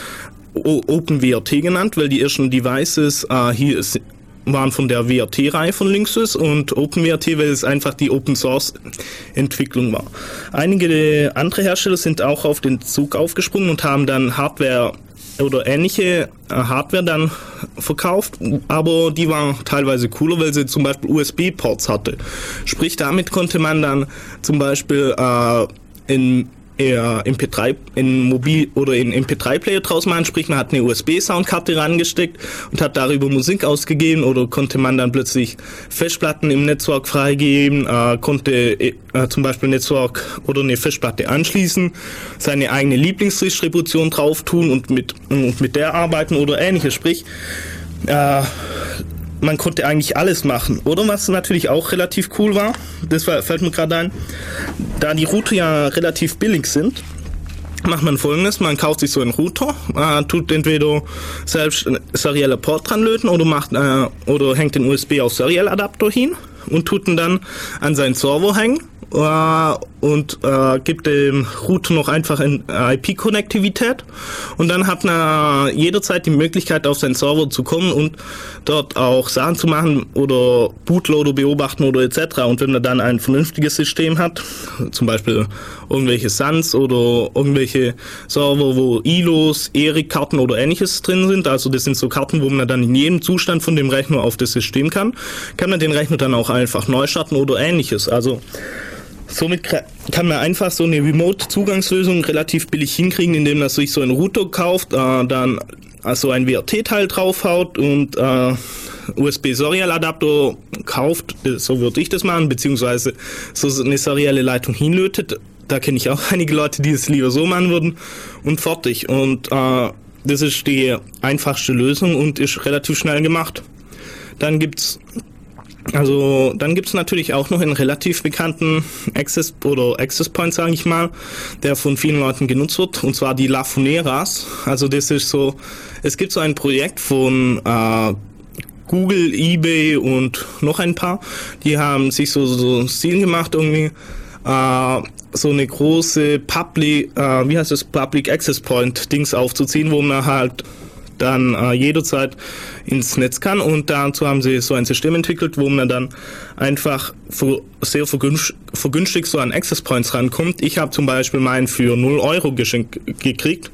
OpenWRT genannt, weil die ersten Devices uh, hier waren von der W R T-Reihe von Linksys und OpenWRT, weil es einfach die Open-Source-Entwicklung war. Einige andere Hersteller sind auch auf den Zug aufgesprungen und haben dann Hardware oder ähnliche äh, Hardware dann verkauft, aber die war teilweise cooler, weil sie zum Beispiel U S B-Ports hatte. Sprich, damit konnte man dann zum Beispiel äh, in eher M P drei in Mobil oder in M P drei Player draus machen, sprich man hat eine U S B-Soundkarte rangesteckt und hat darüber Musik ausgegeben oder konnte man dann plötzlich Festplatten im Netzwerk freigeben, äh, konnte äh, zum Beispiel Netzwerk oder eine Festplatte anschließen, seine eigene Lieblingsdistribution drauf tun und mit, und mit der arbeiten oder ähnliches, sprich äh, man konnte eigentlich alles machen. Oder was natürlich auch relativ cool war, das fällt mir gerade ein, da die Router ja relativ billig sind, macht man Folgendes: Man kauft sich so einen Router, äh, tut entweder selbst einen seriellen Port dran löten oder macht äh, oder hängt den U S B auf Serial Adapter hin und tut ihn dann an seinen Server hängen äh, und äh, gibt dem Router noch einfach eine I P-Konnektivität und dann hat man jederzeit die Möglichkeit, auf seinen Server zu kommen und dort auch Sachen zu machen oder Bootloader beobachten oder et cetera. Und wenn man dann ein vernünftiges System hat, zum Beispiel irgendwelche Suns oder irgendwelche Server, wo I L Os, E R I-Karten oder ähnliches drin sind, also das sind so Karten, wo man dann in jedem Zustand von dem Rechner auf das System kann, kann man den Rechner dann auch einfach neu starten oder ähnliches. Also somit kann man einfach so eine Remote-Zugangslösung relativ billig hinkriegen, indem man sich so einen Router kauft, äh, dann also ein W R T-Teil draufhaut und äh, U S B-Serial-Adapter kauft, so würde ich das machen, beziehungsweise so eine serielle Leitung hinlötet. Da kenne ich auch einige Leute, die es lieber so machen würden und fertig. Und äh, das ist die einfachste Lösung und ist relativ schnell gemacht. Dann gibt's Also dann gibt's natürlich auch noch einen relativ bekannten Access oder Access Point, sage ich mal, der von vielen Leuten genutzt wird, und zwar die Lafoneras. Also das ist so, es gibt so ein Projekt von äh, Google, eBay und noch ein paar, die haben sich so so ein Ziel gemacht, irgendwie äh, so eine große Public, äh, wie heißt das, Public Access Point Dings aufzuziehen, wo man halt dann äh, jederzeit ins Netz kann, und dazu haben sie so ein System entwickelt, wo man dann einfach für sehr vergünst, vergünstigt so an Access Points rankommt. Ich habe zum Beispiel meinen für null Euro geschenkt gekriegt,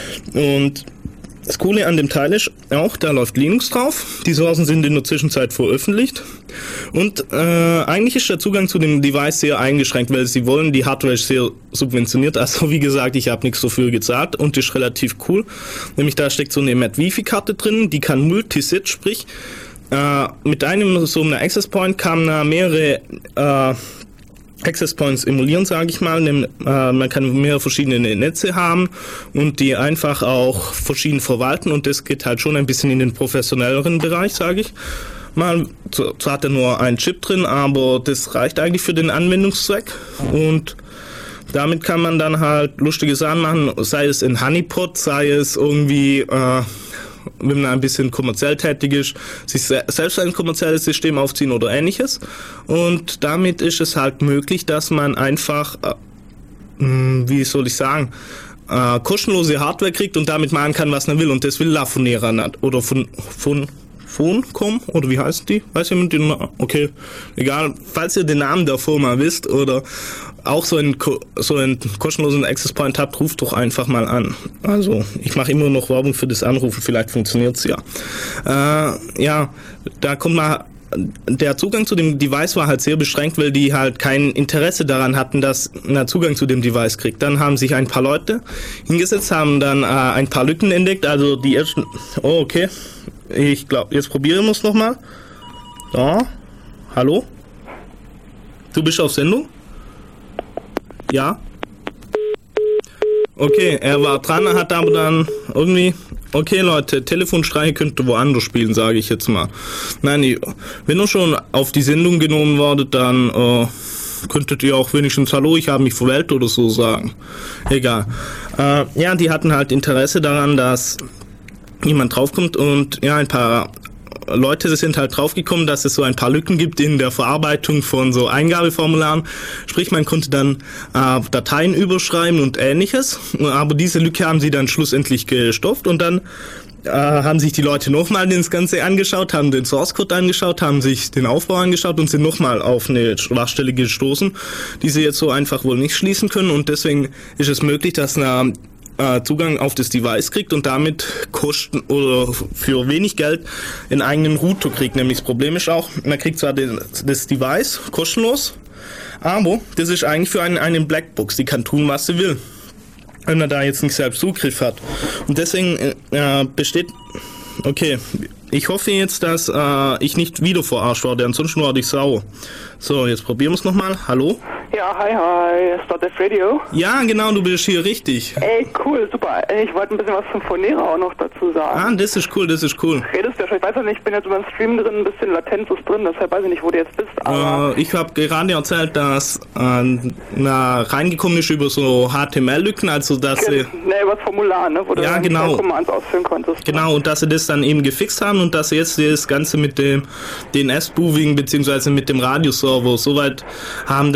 und das Coole an dem Teil ist auch, da läuft Linux drauf, die Sourcen sind in der Zwischenzeit veröffentlicht, und äh, eigentlich ist der Zugang zu dem Device sehr eingeschränkt, weil sie wollen, die Hardware ist sehr subventioniert, also wie gesagt, ich habe nichts dafür gezahlt und ist relativ cool, nämlich da steckt so eine Mad Wifi-Karte drin, die kann Multisit, sprich äh, mit einem so einer Access Point kann man mehrere äh, Access Points emulieren, sage ich mal. Man kann mehrere verschiedene Netze haben und die einfach auch verschieden verwalten, und das geht halt schon ein bisschen in den professionelleren Bereich, sage ich mal. Zwar hat er nur einen Chip drin, aber das reicht eigentlich für den Anwendungszweck, und damit kann man dann halt lustige Sachen machen, sei es in Honeypot, sei es irgendwie äh, wenn man ein bisschen kommerziell tätig ist, sich selbst ein kommerzielles System aufziehen oder ähnliches. Und damit ist es halt möglich, dass man einfach, äh, wie soll ich sagen, äh, kostenlose Hardware kriegt und damit machen kann, was man will. Und das will Lafonera nicht. Oder von, von, Phone.com, oder wie heißt die? Weiß jemand den Namen? Okay, egal. Falls ihr den Namen der Firma wisst oder auch so einen, so einen kostenlosen Access Point habt, ruft doch einfach mal an. Also, ich mache immer noch Werbung für das Anrufen, vielleicht funktioniert's ja. Äh, ja, da kommt mal, der Zugang zu dem Device war halt sehr beschränkt, weil die halt kein Interesse daran hatten, dass man Zugang zu dem Device kriegt. Dann haben sich ein paar Leute hingesetzt, haben dann äh, ein paar Lücken entdeckt, also die ersten, oh okay, ich glaube, jetzt probieren wir es nochmal. Ja, hallo? Du bist auf Sendung? Ja? Okay, er war dran, hat aber dann irgendwie... Okay, Leute, Telefonstreiche könnt ihr woanders spielen, sage ich jetzt mal. Nein, wenn ihr schon auf die Sendung genommen werdet, dann äh, könntet ihr auch wenigstens Hallo, ich habe mich verwählt oder so sagen. Egal. Äh, ja, die hatten halt Interesse daran, dass jemand draufkommt, und ja, ein paar Leute sind halt draufgekommen, dass es so ein paar Lücken gibt in der Verarbeitung von so Eingabeformularen. Sprich, man konnte dann äh, Dateien überschreiben und ähnliches. Aber diese Lücke haben sie dann schlussendlich gestopft, und dann äh, haben sich die Leute nochmal das Ganze angeschaut, haben den Source Code angeschaut, haben sich den Aufbau angeschaut und sind nochmal auf eine Schwachstelle gestoßen, die sie jetzt so einfach wohl nicht schließen können. Und deswegen ist es möglich, dass eine Zugang auf das Device kriegt und damit Kosten oder für wenig Geld einen eigenen Router kriegt. Nämlich das Problem ist auch, man kriegt zwar den, das Device kostenlos, aber das ist eigentlich für einen eine Blackbox, die kann tun, was sie will, wenn man da jetzt nicht selbst Zugriff hat. Und deswegen äh, besteht, okay, ich hoffe jetzt, dass äh, ich nicht wieder verarscht werde, ansonsten werde ich sauer. So, jetzt probieren wir es nochmal. Hallo? Ja, hi, hi, StarDev Radio. Ja, genau, du bist hier richtig. Ey, cool, super. Ich wollte ein bisschen was zum Phonera auch noch dazu sagen. Ah, das ist cool, das ist cool. Redest du ja schon, ich weiß ja nicht, ich bin jetzt über den Stream drin, ein bisschen Latenz ist drin, deshalb weiß ich nicht, wo du jetzt bist, aber... Äh, ich habe gerade erzählt, dass äh, na, reingekommen ist über so H T M L-Lücken, also dass okay, sie... Ne, über das Formular, ne, wo du ja, dann genau. Commands ausführen konntest. Genau, ne? Und dass sie das dann eben gefixt haben und dass sie jetzt das Ganze mit dem D N S-Spoofing beziehungsweise mit dem Radioserver soweit haben, dass es nur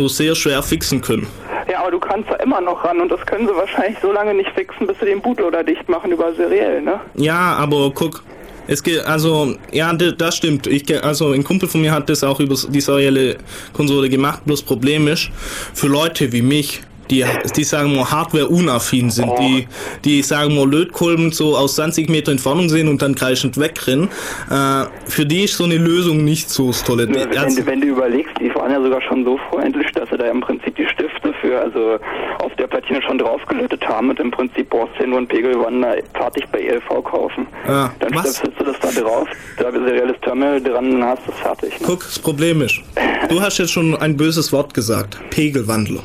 so sehr schwer fixen können. Ja, aber du kannst da immer noch ran und das können sie wahrscheinlich so lange nicht fixen, bis sie den Bootloader dicht machen über seriell, ne? Ja, aber guck, es geht, also, ja, das stimmt. Ich, also, ein Kumpel von mir hat das auch über die serielle Konsole gemacht, bloß Problem ist, für Leute wie mich, die, die sagen wir Hardware-unaffin sind, oh. die, die sagen wir Lötkolben so aus zwanzig Meter Entfernung sehen und dann kreischend wegrennen. Äh, für die ist so eine Lösung nicht so toll. Ja, wenn, also, wenn du überlegst, die waren ja sogar schon so freundlich, dass sie da im Prinzip die Stifte für, also auf der Platine schon draufgelötet haben und im Prinzip brauchst du nur einen Pegelwandler fertig bei E L V kaufen. Ah, dann was? stöpselst du das da drauf, da ist ein reelles Terminal dran, dann hast du es fertig. Ne? Guck, das Problem ist, du hast jetzt schon ein böses Wort gesagt, Pegelwandler.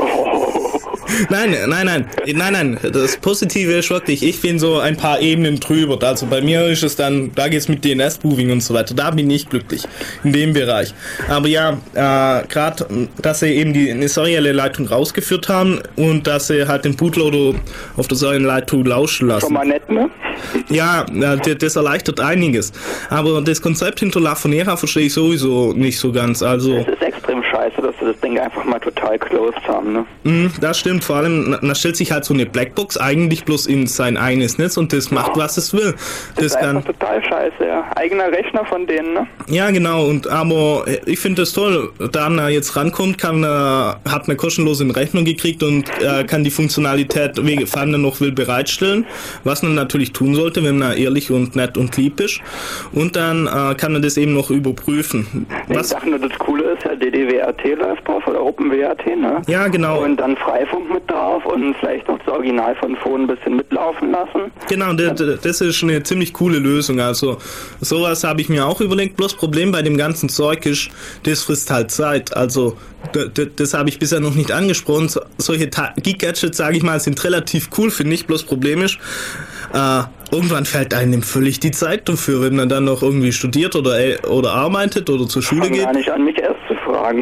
Nein, nein, nein, nein, nein, das Positive ist wirklich, ich bin so ein paar Ebenen drüber, also bei mir ist es dann, da geht's mit D N S-Moving und so weiter, da bin ich glücklich, in dem Bereich. Aber ja, äh, gerade, dass sie eben die eine serielle Leitung rausgeführt haben und dass sie halt den Bootloader auf der seriellen Leitung lauschen lassen. Schon mal nett, ne? Ja, das erleichtert einiges. Aber das Konzept hinter La Fonera verstehe ich sowieso nicht so ganz, also... Es ist extrem scheiße, dass sie das Ding einfach mal total closed haben, ne? Mm, das stimmt, vor allem, da stellt sich halt so eine Blackbox eigentlich bloß in sein eigenes Netz und das macht, was es will. Das, das ist einfach kann, total scheiße, ja. Eigener Rechner von denen, ne? Ja, genau, und aber ich finde das toll, da er jetzt rankommt, kann er, hat eine kostenlose Rechnung gekriegt und äh, kann die Funktionalität, falls er noch will, bereitstellen, was man natürlich tun sollte, wenn er ehrlich und nett und lieb ist. Und dann äh, kann er das eben noch überprüfen. Was? Ich dachte nur, das Coole ist ja D D W R T läuft drauf oder OpenWrt, ne? Ja, genau. Und dann Freifunk mit drauf und vielleicht noch das Original von Phone ein bisschen mitlaufen lassen. Genau, das, das ist eine ziemlich coole Lösung. Also sowas habe ich mir auch überlegt. Bloß Problem bei dem ganzen Zeug ist, das frisst halt Zeit. Also das, das habe ich bisher noch nicht angesprochen. So, solche Geek-Gadgets, sage ich mal, sind relativ cool, finde ich. Bloß Problem ist, äh, irgendwann fällt einem völlig die Zeit dafür, wenn man dann noch irgendwie studiert oder oder arbeitet oder zur Schule Fang geht. Gar nicht an, mich erst zu fragen.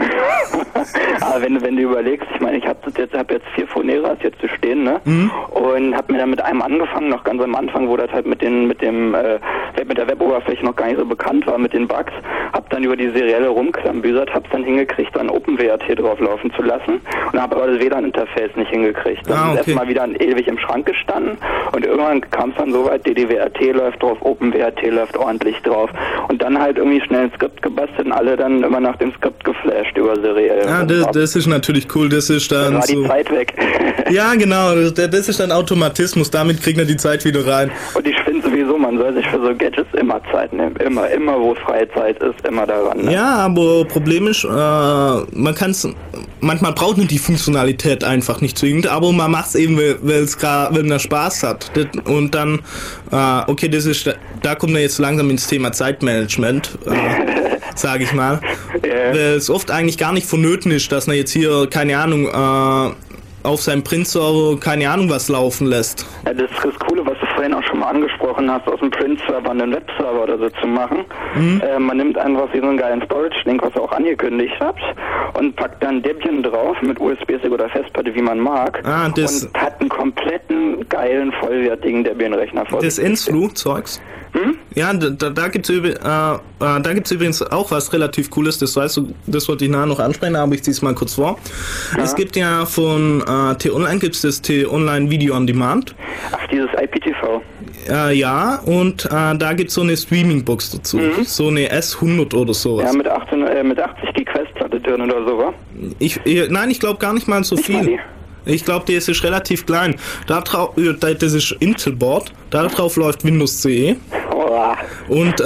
Aber wenn, wenn du überlegst, ich meine, ich habe jetzt, hab jetzt vier Foneras jetzt zu stehen, ne? Mhm. Und habe mir dann mit einem angefangen, noch ganz am Anfang, wo das halt mit den mit dem äh, mit der Web-Oberfläche noch gar nicht so bekannt war, mit den Bugs, hab dann über die serielle rumklambüsert, hab's dann hingekriegt, dann OpenWrt drauflaufen zu lassen und habe aber das W L A N-Interface nicht hingekriegt. Dann ah, okay. ist erstmal wieder ewig im Schrank gestanden und irgendwann kam es dann so weit, D D W R T läuft drauf, OpenWrt läuft ordentlich drauf und dann halt irgendwie schnell ein Skript gebastelt und alle dann immer nach dem Skript geflasht über seriell. Ja, das, das ist natürlich cool, das ist dann da war so... die Zeit weg. Ja, genau, das, das ist dann Automatismus, damit kriegt man die Zeit wieder rein. Und ich finde sowieso, man soll sich für so Gadgets immer Zeit nehmen, immer, immer wo freie Zeit ist, immer daran. Ne? Ja, aber Problem ist, äh, man kann es, manchmal braucht man die Funktionalität einfach nicht zwingend, aber man macht es eben, weil es gerade, wenn man Spaß hat. Und dann, äh, okay, das ist, da kommt man jetzt langsam ins Thema Zeitmanagement, äh, sage ich mal, yeah. Weil es oft eigentlich gar nicht vonnöten ist, dass man jetzt hier, keine Ahnung, äh, auf seinem Print-Server keine Ahnung was laufen lässt. Ja, das ist das Coole, was du vorhin auch schon mal angesprochen hast, aus dem Print-Server einen Web-Server oder so zu machen. Mhm. Äh, man nimmt einfach wie so einen geilen Storage-Link, was ihr auch angekündigt habt, und packt dann Debian drauf mit U S B-Stick oder Festplatte, wie man mag, ah, das und hat einen kompletten, geilen, vollwertigen Debian-Rechner vor sich. Das Ensflu-Zeugs? Hm? Ja, da, da gibt es äh, äh, da gibt's übrigens auch was relativ Cooles, das weißt du, das wollte ich nachher noch ansprechen, aber ich ziehe es mal kurz vor. Ja. Es gibt ja von äh, T-Online gibt es das T-Online Video on Demand. Ach, dieses I P T V. Äh, ja, und äh, da gibt es so eine Streaming-Box dazu, mhm. so eine S hundert oder sowas. Ja, mit, achtzehn, äh, mit achtzig Gig Festplatte drin oder so, wa? Ich, ich, nein, ich glaube gar nicht mal so nicht viel. Mal ich glaube, die ist relativ klein. Da drauf, das ist Intel-Board, da drauf läuft Windows C E. Oh. Und äh,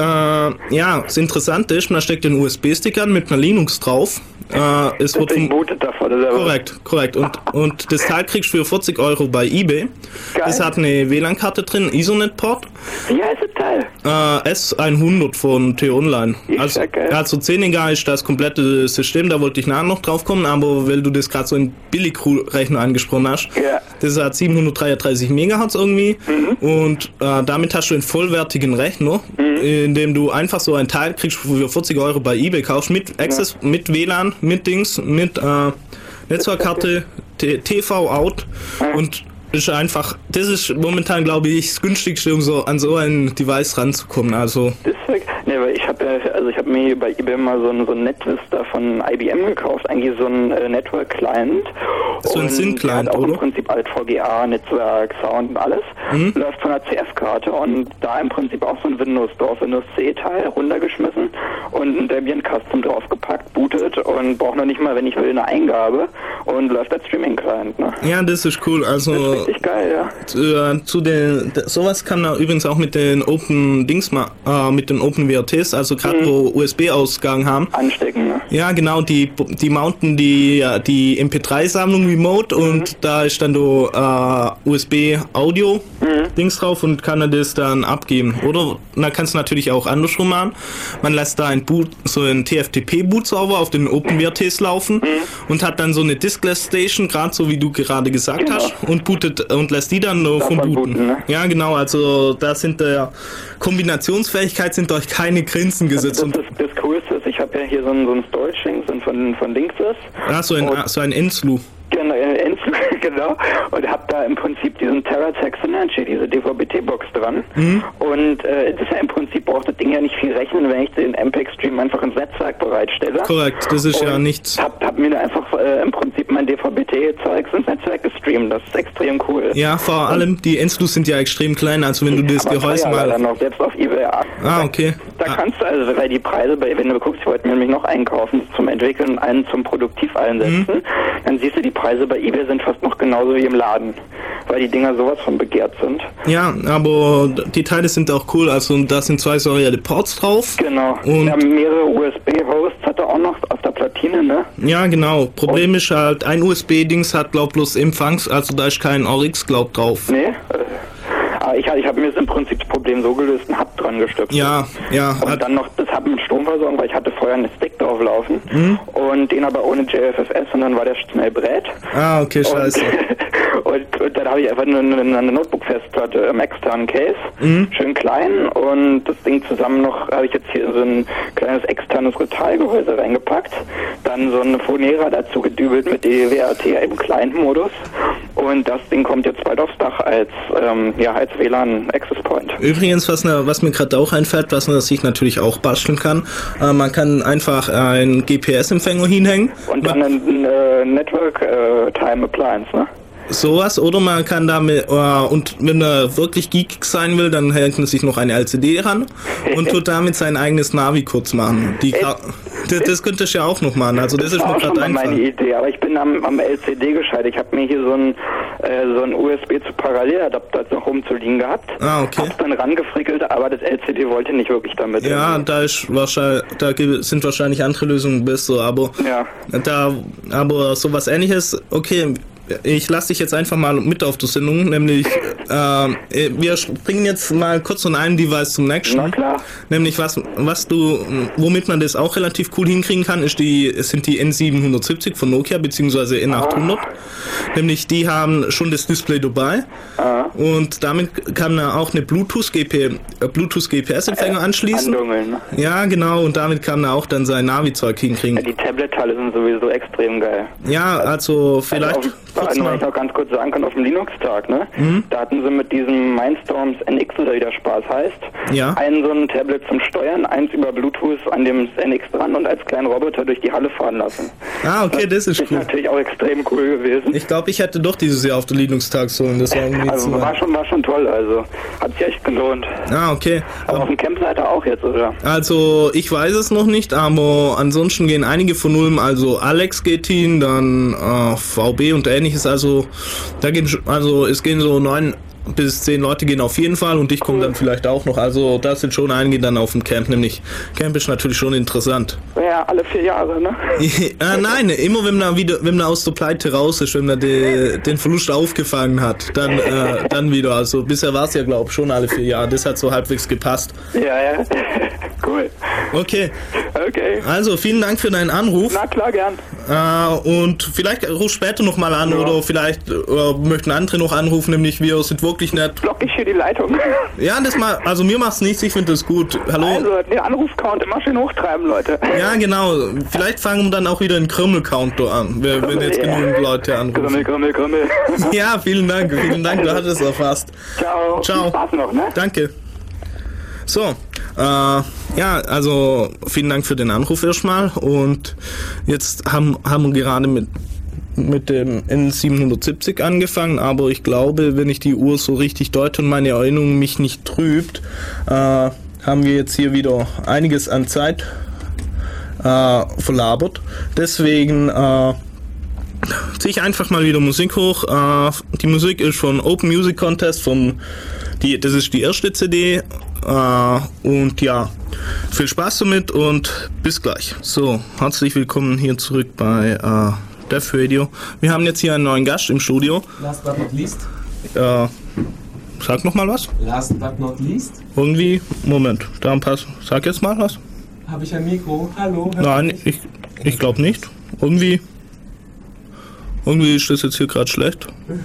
ja, das Interessante ist, man steckt den U S B-Stick an mit einer Linux drauf. Äh, es wird bootet davon, oder? Korrekt, korrekt. Und, und das Teil kriegst du für vierzig Euro bei eBay. Geil. Es hat eine W L A N-Karte drin, Ethernet-Port. Wie heißt das Teil? Äh, S hundert von T-Online. Also, also zehniger ist das komplette System, da wollte ich nachher noch drauf kommen, aber weil du das gerade so in Billigrechner angesprochen hast, ja. Das hat siebenhundertdreiunddreißig Megahertz irgendwie mhm. und äh, damit hast du einen vollwertigen Rechner, mhm. in dem du einfach so ein Teil kriegst für vierzig Euro bei eBay kaufst, mit Access, ja. mit W L A N, mit Dings, mit äh, Netzwerkkarte, T V-Out mhm. und ist einfach, das ist momentan, glaube ich, das günstigste, um so an so ein Device ranzukommen. Also das ist, Nee, weil ich habe ja, also ich habe mir bei eBay mal so ein, so ein NetVista von I B M gekauft, eigentlich so ein äh, Network-Client. So ein SYN-Client, auch oder? Im Prinzip alt V G A, Netzwerk, Sound und alles. Mhm. Läuft von einer C F-Karte und da im Prinzip auch so ein Windows drauf, Windows C-Teil runtergeschmissen und ein Debian Custom draufgepackt, bootet und braucht noch nicht mal, wenn ich will, eine Eingabe und läuft als Streaming-Client. Ne? Ja, das ist cool. Also das ist richtig geil, ja. Zu, äh, zu den, sowas kann man übrigens auch mit den Open Dings ma- äh, mit den Open W R Ts, also gerade mhm. wo U S B-Ausgang haben. Anstecken, ne? Ja, genau, die die mounten die die M P drei Sammlung remote mhm. und da ist dann so äh, U S B-Audio mhm. Dings drauf und kann er das dann abgeben. Oder man kann es natürlich auch andersrum machen. Man lässt da ein Boot, so ein T F T P-Boot-Server auf den Open W R Ts laufen mhm. und hat dann so eine Diskless Station, gerade so wie du gerade gesagt genau. hast, und bootet und lässt die dann nur vom Booten. Booten ne? Ja, genau, also da sind der Kombinationsfähigkeit sind durch keine Grenzen gesetzt. Das, das, das, das Coolste ist, ich habe ja hier so ein, so ein Storage-Ding von, von Linksys. Ah, so ein, so ein Enslu. Genau, genau. Und habe da im Prinzip diesen TerraTech Synergy, diese D V B T-Box dran. Mhm. Und äh, das ist ja im Prinzip, braucht das Ding ja nicht viel rechnen, wenn ich den M P E G-Stream einfach ins Netzwerk bereitstelle. Korrekt, das ist und ja nichts. Hab, hab mir da einfach äh, im Prinzip mein D V B T-Zeugs ins Netzwerk gestreamt. Das ist extrem cool. Ja, vor und allem die Enslus sind ja extrem klein, also wenn du das Gehäuse mal... dann noch, selbst auf eBay. Ah, okay. Da ah. kannst du also, weil die Preise, wenn du guckst, ich wollte mir nämlich noch einkaufen zum Entwickeln und einen zum Produktiv einsetzen, mhm. dann siehst du, die Preise bei eBay sind fast noch genauso wie im Laden, weil die Dinger sowas von begehrt sind. Ja, aber die Teile sind auch cool, also da sind zwei serielle Ports drauf. Genau. Und wir haben mehrere U S B-Hosts, hat er auch noch auf der Platine, ne? Ja, genau. Problem und ist halt, ein U S B-Dings hat, glaub, bloß Empfangs, also da ist kein O R X, glaub, drauf. Nee, äh, aber ich, ich habe mir das im Prinzip das Problem so gelöst, einen Hub dran gestöpselt. Ja, ja. Und dann noch das Hub mit Stromversorgung, weil ich hatte vorher einen Stick drauf laufen mhm. und den aber ohne J F F S und dann war der schnell brät. Ah, okay, scheiße. Und, und, und dann habe ich einfach eine, eine Notebook-Festplatte im externen Case, mhm. schön klein und das Ding zusammen noch, habe ich jetzt hier so ein kleines externes Retalgehäuse reingepackt, dann so eine Phonera dazu gedübelt mit D W R T im Client-Modus und das Ding kommt jetzt bald aufs Dach als, ähm, ja, als W L A N-Access Point. Übrigens, was, ne, was mir gerade auch einfällt, was man sich natürlich auch basteln kann, äh, man kann einfach einen G P S-Empfänger hinhängen. Und dann ein äh, Network äh, Time Appliance, ne? Sowas, oder man kann damit, äh, und wenn er wirklich geekig sein will, dann hängt man sich noch eine L C D ran und tut damit sein eigenes Navi kurz machen. Die, das, das könnte ich ja auch noch machen, also das, das ist mir gerade einfach. Meine Idee, aber ich bin am, am L C D gescheitert. Ich habe mir hier so ein, äh, so ein U S B zu Paralleladapter noch rumzuliegen gehabt. Ah, okay. Hab's dann rangefrickelt, aber das L C D wollte nicht wirklich damit. Ja, irgendwie. da ist wahrscheinlich, da sind wahrscheinlich andere Lösungen besser, aber ja. da, aber sowas Ähnliches, okay. Ich lasse dich jetzt einfach mal mit auf die Sendung, nämlich äh, wir springen jetzt mal kurz von einem Device zum nächsten. Na klar. Nämlich was, was du, womit man das auch relativ cool hinkriegen kann, ist die, sind die N siebenhundertsiebzig von Nokia beziehungsweise N achthundert. Ah. Nämlich die haben schon das Display dabei ah. und damit kann man auch eine Bluetooth G P, äh, Bluetooth G P S-Empfänger äh, anschließen. Andungeln. Ja, genau, und damit kann man auch dann sein Navi-Zeug hinkriegen. Ja, die Tablet-Teile sind sowieso extrem geil. Ja, also vielleicht. Also auf, wenn ich noch ganz kurz sagen kann, auf dem Linux-Tag, ne? Mhm. Da hatten sie mit diesem Mindstorms N X oder wie der Spaß heißt, ja. einen so ein Tablet zum Steuern, eins über Bluetooth an dem N X dran und als kleinen Roboter durch die Halle fahren lassen. Ah, okay, das, das ist cool. Das ist natürlich auch extrem cool gewesen. Ich glaube, ich hätte doch dieses Jahr auf der Linux-Tag sollen. Das war irgendwie also war schon, war schon toll, also hat sich echt gelohnt. Ah, okay. Aber um, auf dem Campseite auch jetzt, oder? Also, ich weiß es noch nicht, aber ansonsten gehen einige von Ulm, also Alex geht hin, dann äh, V B und ähnliches, also da gehen, also es gehen so neun bis zehn Leute gehen auf jeden Fall und ich komme cool. dann vielleicht auch noch. Also da sind schon einige dann auf dem Camp, nämlich Camp ist natürlich schon interessant. Ja, alle vier Jahre, ne? äh, nein, immer wenn man wieder, wenn man aus der Pleite raus ist, wenn man die, den Verlust aufgefangen hat, dann, äh, dann wieder. Also bisher war es ja, glaube ich, schon alle vier Jahre. Das hat so halbwegs gepasst. Ja, ja. Cool. Okay. Okay. Also vielen Dank für deinen Anruf. Na klar, gern. Äh, und vielleicht ruf später nochmal an ja. oder vielleicht äh, möchten andere noch anrufen, nämlich wir sind wirklich nett. Block ich hier die Leitung. Ja, das mal, also mir macht's nichts, ich finde das gut. Hallo. Also den Anrufcount immer schön hochtreiben, Leute. Ja, genau. Vielleicht fangen wir dann auch wieder einen Krümmel-Counter an, wenn, wenn jetzt yeah. genügend Leute anrufen. Krümmel, Krümmel, Krümmel. Ja, vielen Dank, vielen Dank, du hattest es erfasst. Ciao. Ciao. Spaß noch, ne? Danke. So, Äh, ja, also vielen Dank für den Anruf erstmal und jetzt haben, haben wir gerade mit, mit dem N siebenhundertsiebzig angefangen, aber ich glaube, wenn ich die Uhr so richtig deute und meine Erinnerung mich nicht trübt, äh, haben wir jetzt hier wieder einiges an Zeit äh, verlabert. Deswegen äh, ziehe ich einfach mal wieder Musik hoch. Äh, die Musik ist von Open Music Contest, von die, das ist die erste C D. Uh, und ja, viel Spaß damit und bis gleich. So, herzlich willkommen hier zurück bei uh, Def Radio. Wir haben jetzt hier einen neuen Gast im Studio. Last but not least. Uh, sag noch mal was. Last but not least. Irgendwie, Moment, da ein paar, sag jetzt mal was. Habe ich ein Mikro? Hallo? Nein, ich, ich glaube nicht. Irgendwie, irgendwie ist das jetzt hier gerade schlecht.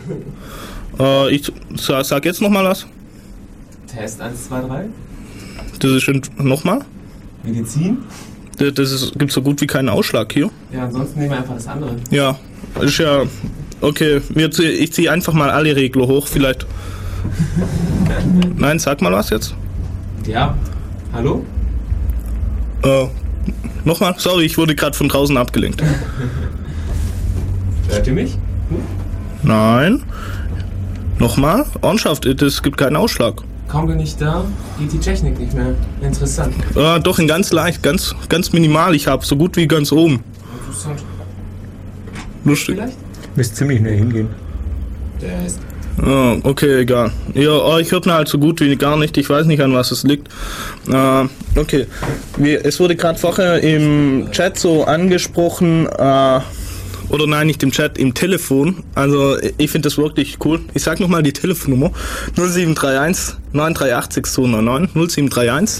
Uh, ich sag, sag jetzt noch mal was. Test eins, zwei, drei. Das ist nochmal? Medizin? Das, das ist, gibt so gut wie keinen Ausschlag hier. Ja, ansonsten nehmen wir einfach das andere. Ja, ist ja. Okay, wir zieh, ich ziehe einfach mal alle Regler hoch, vielleicht. Nein, sag mal was jetzt. Ja, hallo? Äh, nochmal? Sorry, ich wurde gerade von draußen abgelenkt. Hört ihr mich? Hm? Nein. Nochmal? Ornschaft, es gibt keinen Ausschlag. Kaum bin ich da, geht die Technik nicht mehr. Interessant. Äh, doch, in ganz leicht, ganz, ganz minimal. Ich habe so gut wie ganz oben. Interessant. Lustig. Vielleicht? Müsst ziemlich näher hingehen. Der ist. Oh, okay, egal. Ja, oh, ich höre mir halt so gut wie gar nicht. Ich weiß nicht, an was es liegt. Äh, okay. Wir, es wurde gerade vorher im Chat so angesprochen, äh, oder nein, nicht im Chat, im Telefon. Also ich finde das wirklich cool. Ich sag nochmal die Telefonnummer. null sieben drei eins neun drei acht sechs zwei neun neun. null sieben drei eins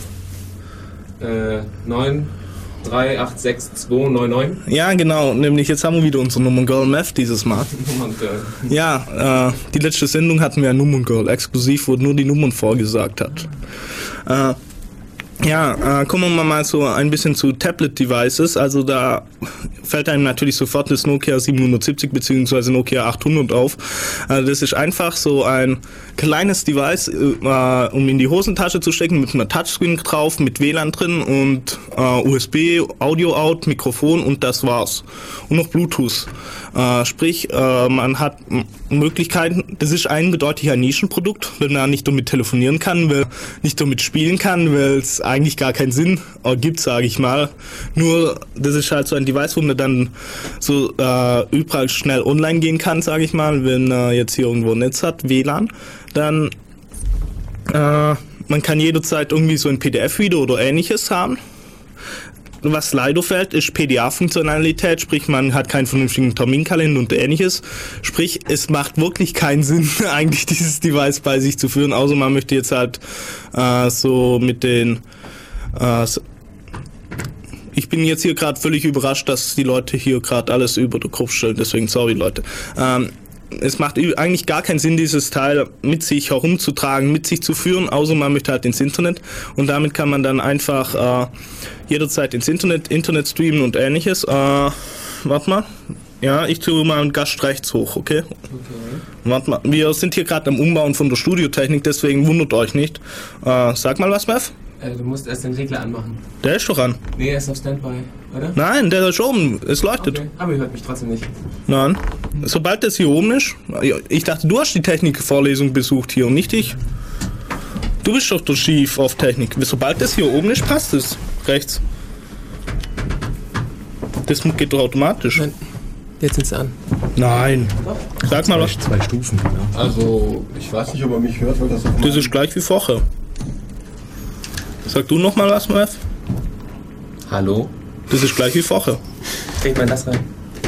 Äh, neun drei acht sechs zwei neun neun. Ja, genau. Nämlich jetzt haben wir wieder unser Nummern Girl Math dieses Mal. Nummern Girl. Ja, äh, die letzte Sendung hatten wir ja Nummern Girl. Exklusiv, wo nur die Nummern vorgesagt hat. Äh, Ja, äh, kommen wir mal so ein bisschen zu Tablet-Devices. Also da fällt einem natürlich sofort das Nokia siebenhundertsiebzig bzw. Nokia achthundert auf. Also das ist einfach so ein kleines Device, äh, um in die Hosentasche zu stecken, mit einer Touchscreen drauf, mit W L A N drin und äh, U S B, Audio-Out, Mikrofon und das war's. Und noch Bluetooth. Äh, sprich, äh, man hat Möglichkeiten, das ist eindeutig ein Nischenprodukt, wenn man nicht damit telefonieren kann, weil nicht damit spielen kann, weil es eigentlich gar keinen Sinn ergibt, sage ich mal. Nur, das ist halt so ein Device, wo man dann so äh, überall schnell online gehen kann, sage ich mal, wenn er äh, jetzt hier irgendwo ein Netz hat, W L A N, dann äh, man kann jederzeit irgendwie so ein P D F-Video oder ähnliches haben. Was leider fehlt, ist P D A-Funktionalität, sprich man hat keinen vernünftigen Terminkalender und ähnliches. Sprich, es macht wirklich keinen Sinn, eigentlich dieses Device bei sich zu führen, außer man möchte jetzt halt äh, so mit den... Äh, ich bin jetzt hier gerade völlig überrascht, dass die Leute hier gerade alles über den Kopf stellen, deswegen sorry Leute. Ähm, Es macht eigentlich gar keinen Sinn, dieses Teil mit sich herumzutragen, mit sich zu führen, außer man möchte halt ins Internet. Und damit kann man dann einfach äh, jederzeit ins Internet, Internet streamen und ähnliches. Äh, warte mal. Ja, ich tue mal einen Gast rechts hoch, okay? Okay. Warte mal. Wir sind hier gerade am Umbauen von der Studiotechnik, deswegen wundert euch nicht. Äh, sag mal was, Mev? Äh, du musst erst den Regler anmachen. Der ist doch an. Nee, er ist auf Standby, oder? Nein, der ist oben. Es leuchtet. Okay. Aber ihr hört mich trotzdem nicht. Nein. Sobald das hier oben ist. Ich dachte, du hast die Technikvorlesung besucht hier und nicht ich. Du bist doch der Chief auf Technik. Sobald das hier oben ist, passt es. Rechts. Das geht doch automatisch. Nein. Jetzt sind sie an. Nein. Sag mal was. Zwei Stufen, genau. Also, ich weiß nicht, ob er mich hört, weil das auf Das ist gleich wie vorher. Sag du noch mal was, Mev? Hallo? Das ist gleich wie vorher. Kriegt man das rein?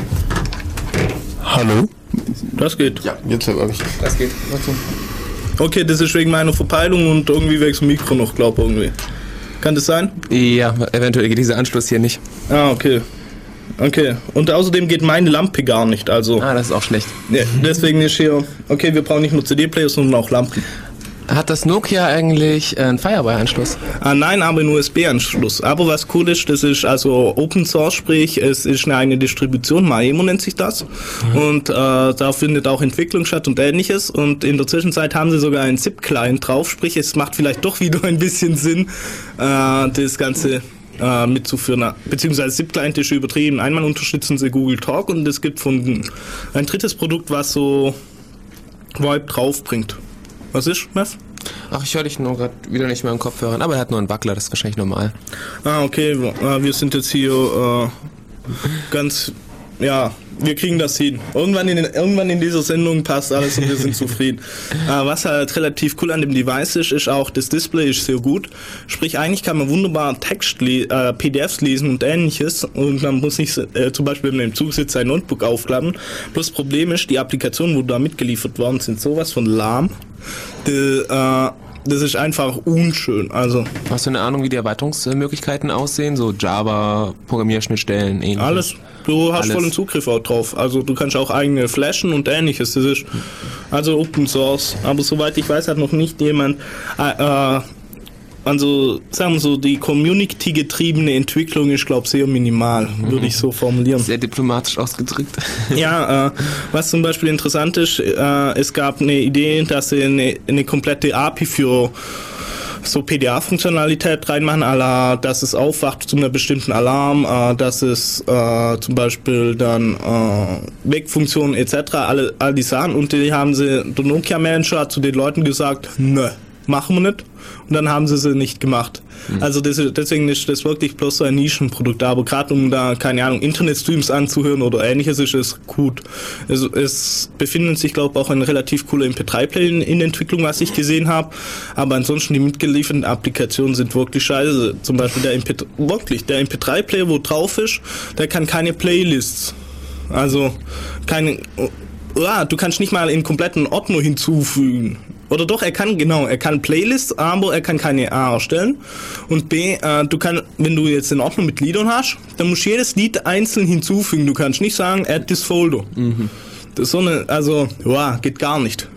Hallo? Das geht. Ja, jetzt habe ich. Das geht. Mach zu. Okay, das ist wegen meiner Verpeilung und irgendwie wegen dem Mikro noch, glaube ich, irgendwie. Kann das sein? Ja, eventuell geht dieser Anschluss hier nicht. Ah, okay. Okay. Und außerdem geht meine Lampe gar nicht, also. Ah, das ist auch schlecht. Ja, deswegen ist hier, okay, wir brauchen nicht nur C D-Player, sondern auch Lampen. Hat das Nokia eigentlich einen Firewire-Anschluss? Ah, nein, aber einen U S B-Anschluss. Aber was cool ist, das ist also Open Source, sprich, es ist eine eigene Distribution, Maemo nennt sich das. Mhm. Und äh, da findet auch Entwicklung statt und ähnliches. Und in der Zwischenzeit haben sie sogar einen ZIP-Client drauf, sprich, es macht vielleicht doch wieder ein bisschen Sinn, äh, das Ganze äh, mitzuführen. Beziehungsweise ZIP-Client ist übertrieben. Einmal unterstützen sie Google Talk und es gibt von ein drittes Produkt, was so VoIP draufbringt. Was ist, Meth? Ach, ich höre dich nur gerade wieder nicht mehr im Kopfhörer, aber er hat nur einen Wackler, das ist wahrscheinlich normal. Ah, okay, wir sind jetzt hier äh, ganz, ja, wir kriegen das hin. Irgendwann in, irgendwann in dieser Sendung passt alles und wir sind zufrieden. Äh, was halt relativ cool an dem Device ist, ist auch, das Display ist sehr gut. Sprich, eigentlich kann man wunderbar Text, äh, P D Fs lesen und ähnliches und man muss nicht äh, zum Beispiel, wenn man im Zug sitzt, sein Notebook aufklappen. Bloß Problem ist, die Applikationen, wo da mitgeliefert worden sind, sowas von lahm. Die, äh, das ist einfach unschön. Also hast du eine Ahnung, wie die Erweiterungsmöglichkeiten aussehen? So Java, Programmierschnittstellen, ähnliches? Alles. Du hast Alles. vollen Zugriff auch drauf. Also du kannst auch eigene flashen und ähnliches. Das ist also Open Source. Aber soweit ich weiß, hat noch nicht jemand äh, äh, also sagen wir so, die Community-getriebene Entwicklung ist, glaube ich, sehr minimal, mhm. würde ich so formulieren. Sehr diplomatisch ausgedrückt. Ja, äh, was zum Beispiel interessant ist, äh, es gab eine Idee, dass sie eine, eine komplette A P I für so P D A-Funktionalität reinmachen, à la, dass es aufwacht zu einer bestimmten Alarm, äh, dass es äh, zum Beispiel dann äh, Wegfunktionen et cetera, alle, all die Sachen. Und die haben sie, der Nokia-Manager hat zu den Leuten gesagt, nö, machen wir nicht. Und dann haben sie sie nicht gemacht. Mhm. Also das, deswegen ist das wirklich bloß so ein Nischenprodukt. Aber gerade um da, keine Ahnung, Internetstreams anzuhören oder ähnliches, ist es gut. Es, es befinden sich, glaube ich, auch ein relativ cooler M P drei Player in, in Entwicklung, was ich gesehen habe. Aber ansonsten die mitgelieferten Applikationen sind wirklich scheiße. Zum Beispiel der M P drei, wirklich, der M P drei Player, wo drauf ist, der kann keine Playlists. Also keine... Ja, du kannst nicht mal einen kompletten Ordner hinzufügen. Oder doch, er kann, genau, er kann Playlists, aber er kann keine A erstellen. Und B, äh, du kannst, wenn du jetzt einen Ordner mit Liedern hast, dann musst du jedes Lied einzeln hinzufügen. Du kannst nicht sagen, add this folder. Mhm. Das ist so eine, also, ja, geht gar nicht.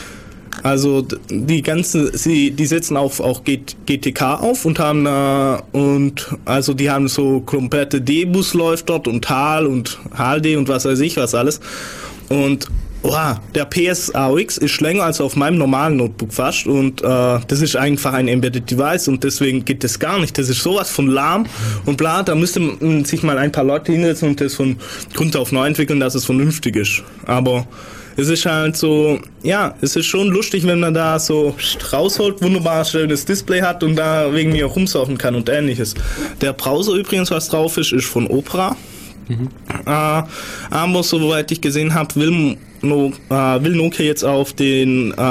Also, die ganzen, sie, die setzen auf auch G T K auf und haben, äh, und, also, die haben so komplette D-Bus läuft dort und H A L und H L D und was weiß ich was alles. Und wow, der P S A O X ist länger als auf meinem normalen Notebook fast und äh, das ist einfach ein Embedded Device und deswegen geht das gar nicht. Das ist sowas von lahm und bla, da müsste man sich mal ein paar Leute hinsetzen und das von Grund auf neu entwickeln, dass es vernünftig ist. Aber es ist halt so, ja, es ist schon lustig, wenn man da so rausholt, wunderbar schönes Display hat und da wegen mir rumsurfen kann und ähnliches. Der Browser übrigens, was drauf ist, ist von Opera. Mhm. Äh, aber soweit ich gesehen habe, will, no, äh, will Nokia jetzt auf den äh,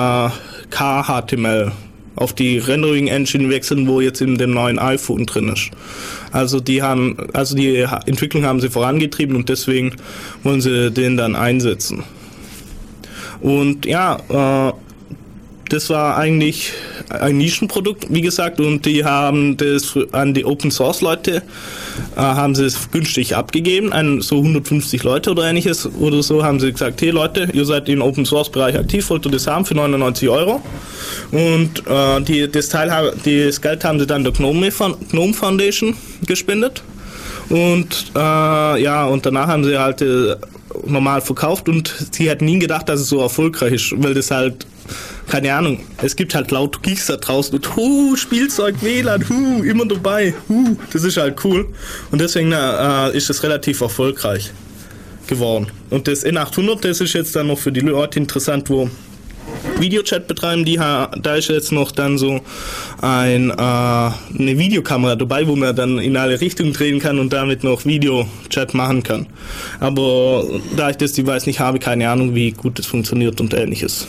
K H T M L, auf die Rendering Engine wechseln, wo jetzt in dem neuen iPhone drin ist. Also die haben, also die Entwicklung haben sie vorangetrieben und deswegen wollen sie den dann einsetzen. Und ja, äh, das war eigentlich ein Nischenprodukt, wie gesagt, und die haben das an die Open Source Leute, äh, haben sie es günstig abgegeben, an so hundertfünfzig Leute oder ähnliches oder so, haben sie gesagt, hey Leute, ihr seid im Open Source Bereich aktiv, wollt ihr das haben für neunundneunzig Euro? Und äh, die, das Teil, das Geld haben sie dann der Gnome, Gnome Foundation gespendet. Und äh, ja, und danach haben sie halt äh, normal verkauft und sie hätten nie gedacht, dass es so erfolgreich ist, weil das halt, keine Ahnung, es gibt halt laut Geeks da draußen und huh, Spielzeug, W L A N, huh, immer dabei, huh, das ist halt cool. Und deswegen äh, ist es relativ erfolgreich geworden. Und das N achthundert, das ist jetzt dann noch für die Leute interessant, wo Videochat betreiben, die da ist jetzt noch dann so ein, äh, eine Videokamera dabei, wo man dann in alle Richtungen drehen kann und damit noch Videochat machen kann. Aber da ich das Device nicht habe, keine Ahnung, wie gut es funktioniert und ähnliches.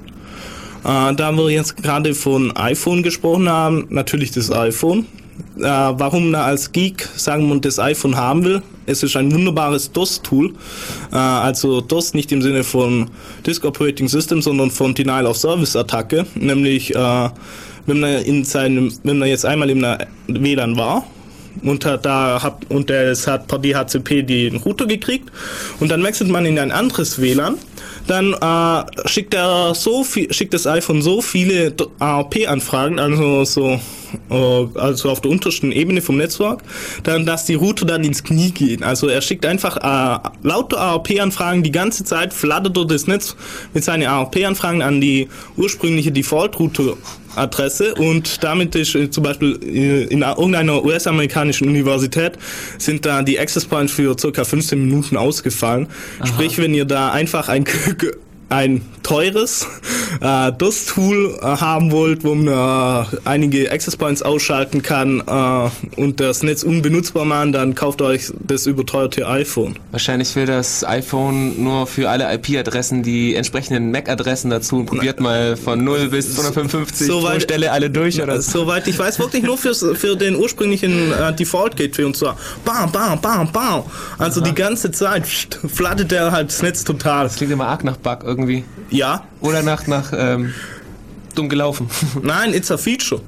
Äh, da wir jetzt gerade von iPhone gesprochen haben, natürlich das iPhone. Äh, warum man als Geek sagen man das iPhone haben will? Es ist ein wunderbares DOS-Tool. Äh, also DOS nicht im Sinne von Disk Operating System, sondern von Denial of Service Attacke. Nämlich, äh, wenn man in seinem, wenn man jetzt einmal in einer W L A N war und hat da hat, und es hat per D H C P den Router gekriegt und dann wechselt man in ein anderes W L A N. Dann äh, schickt er so viel, schickt das iPhone so viele A R P-Anfragen, also so äh, also auf der untersten Ebene vom Netzwerk, dann dass die Router dann ins Knie gehen. Also er schickt einfach äh, lauter A R P-Anfragen die ganze Zeit, flattert er das Netz mit seinen A R P-Anfragen an die ursprüngliche Default-Router Adresse und damit ist äh, zum Beispiel äh, in irgendeiner U S-amerikanischen Universität sind da die Access Points für circa fünfzehn Minuten ausgefallen. Aha. Sprich, wenn ihr da einfach ein ein teures äh, D O S-Tool äh, haben wollt, wo man äh, einige Access Points ausschalten kann äh, und das Netz unbenutzbar machen, dann kauft euch das überteuerte iPhone. Wahrscheinlich will das iPhone nur für alle I P-Adressen die entsprechenden M A C-Adressen dazu und probiert Na, mal von null bis zweihundertfünfundfünfzig so pro Stelle alle durch oder so. Soweit ich weiß, wirklich nur fürs, für den ursprünglichen äh, Default-Gateway und zwar bam, bam, bam, bam. Also Aha. die ganze Zeit flattet der halt das Netz total. Das klingt immer arg nach Bug irgendwie. Irgendwie. Ja. Oder nach, nach ähm, dumm gelaufen. Nein, it's a feature.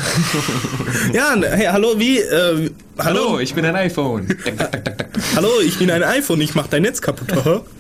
Ja, hey, hallo, wie? Äh, hallo? hallo, ich bin ein iPhone. Hallo, ich bin ein iPhone, ich mach dein Netz kaputt.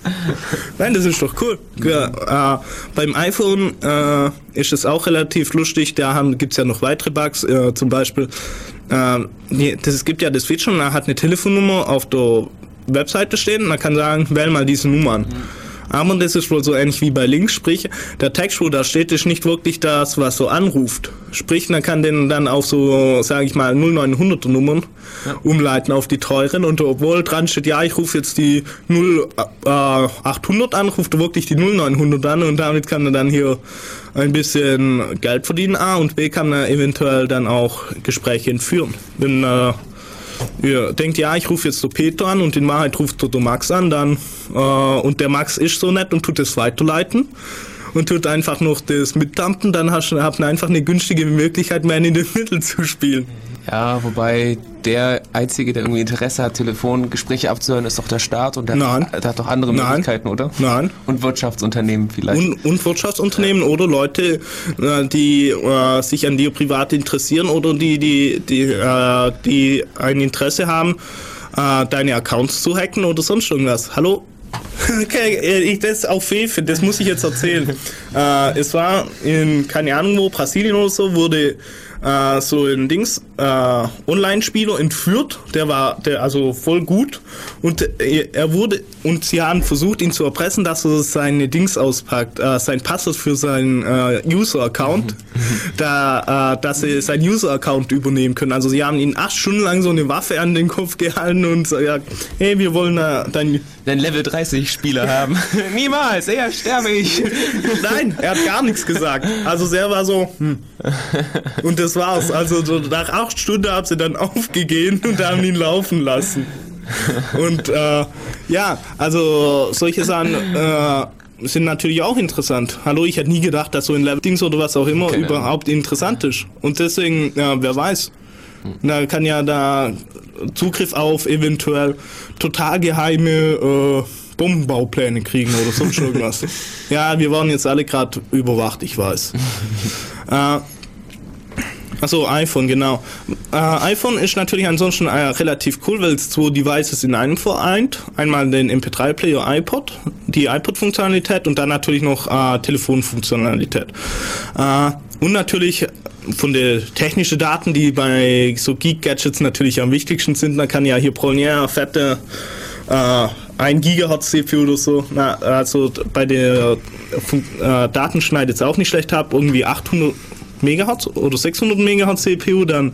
Nein, das ist doch cool. Ja, äh, beim iPhone äh, ist es auch relativ lustig, da gibt es ja noch weitere Bugs, äh, zum Beispiel, äh, nee, das, es gibt ja das Feature, man hat eine Telefonnummer auf der Webseite stehen, man kann sagen, wähl mal diese Nummer an. Mhm. Aber das ist wohl so ähnlich wie bei Links, sprich, der Text, wo da steht, ist nicht wirklich das, was so anruft. Sprich, man kann den dann auf so, sage ich mal, null neunhunderter Nummern ja. umleiten auf die teuren und obwohl dran steht, ja, ich rufe jetzt die null achthundert an, ruft er wirklich die null neunhundert an und damit kann er dann hier ein bisschen Geld verdienen. A und B kann er eventuell dann auch Gespräche entführen. Wenn äh, ihr denkt, ja, ich rufe jetzt so Peter an und in Wahrheit ruft der Max an, dann äh, und der Max ist so nett und tut es weiterleiten und tut einfach noch das mitdumpen, dann hast du habt ihr einfach eine günstige Möglichkeit, Man in den Mittel zu spielen. Ja, wobei der Einzige, der irgendwie Interesse hat, Telefongespräche abzuhören, ist doch der Staat und der, Nein. Hat, der hat doch andere Nein. Möglichkeiten, oder? Nein. Und Wirtschaftsunternehmen vielleicht. Und, und Wirtschaftsunternehmen ja. oder Leute, die äh, sich an dir privat interessieren oder die, die, die, äh, die ein Interesse haben, äh, deine Accounts zu hacken oder sonst irgendwas. Hallo? Okay, ich, das auf Fefe, das muss ich jetzt erzählen. äh, es war in, keine Ahnung wo, Brasilien oder so, wurde äh, so ein Dings, äh, Online-Spieler entführt, der war, der also voll gut und er wurde, und sie haben versucht, ihn zu erpressen, dass er seine Dings auspackt, äh, sein Passwort für seinen äh, User-Account, da, äh, dass sie seinen User-Account übernehmen können. Also sie haben ihn acht Stunden lang so eine Waffe an den Kopf gehalten und gesagt, hey, wir wollen äh, dein... Dein Level dreißig Spieler haben. Niemals, eher sterbe ich. Nein, er hat gar nichts gesagt. Also er war so, hm. Und das war's. Also so nach acht Stunden haben sie dann aufgegeben und haben ihn laufen lassen. Und äh, ja, also solche Sachen äh, sind natürlich auch interessant. Hallo, ich hätte nie gedacht, dass so ein Level-Dings oder was auch immer Keine überhaupt Ahnung. interessant ist. Und deswegen, ja, wer weiß. Da kann ja da Zugriff auf eventuell total geheime äh, Bombenbaupläne kriegen oder sonst irgendwas. Ja, wir waren jetzt alle gerade überwacht, ich weiß. äh, Achso, iPhone, genau. Äh, iPhone ist natürlich ansonsten äh, relativ cool, weil es zwei Devices in einem vereint. Einmal den M P drei Player iPod, die iPod-Funktionalität und dann natürlich noch äh, Telefonfunktionalität. Äh, und natürlich von den technischen Daten, die bei so Geek-Gadgets natürlich am wichtigsten sind, da kann ja hier Pronier fette äh, ein Gigahertz C P U oder so, na, also bei der äh, Daten schneidet es auch nicht schlecht ab, irgendwie achthundert Megahertz oder sechshundert Megahertz C P U, dann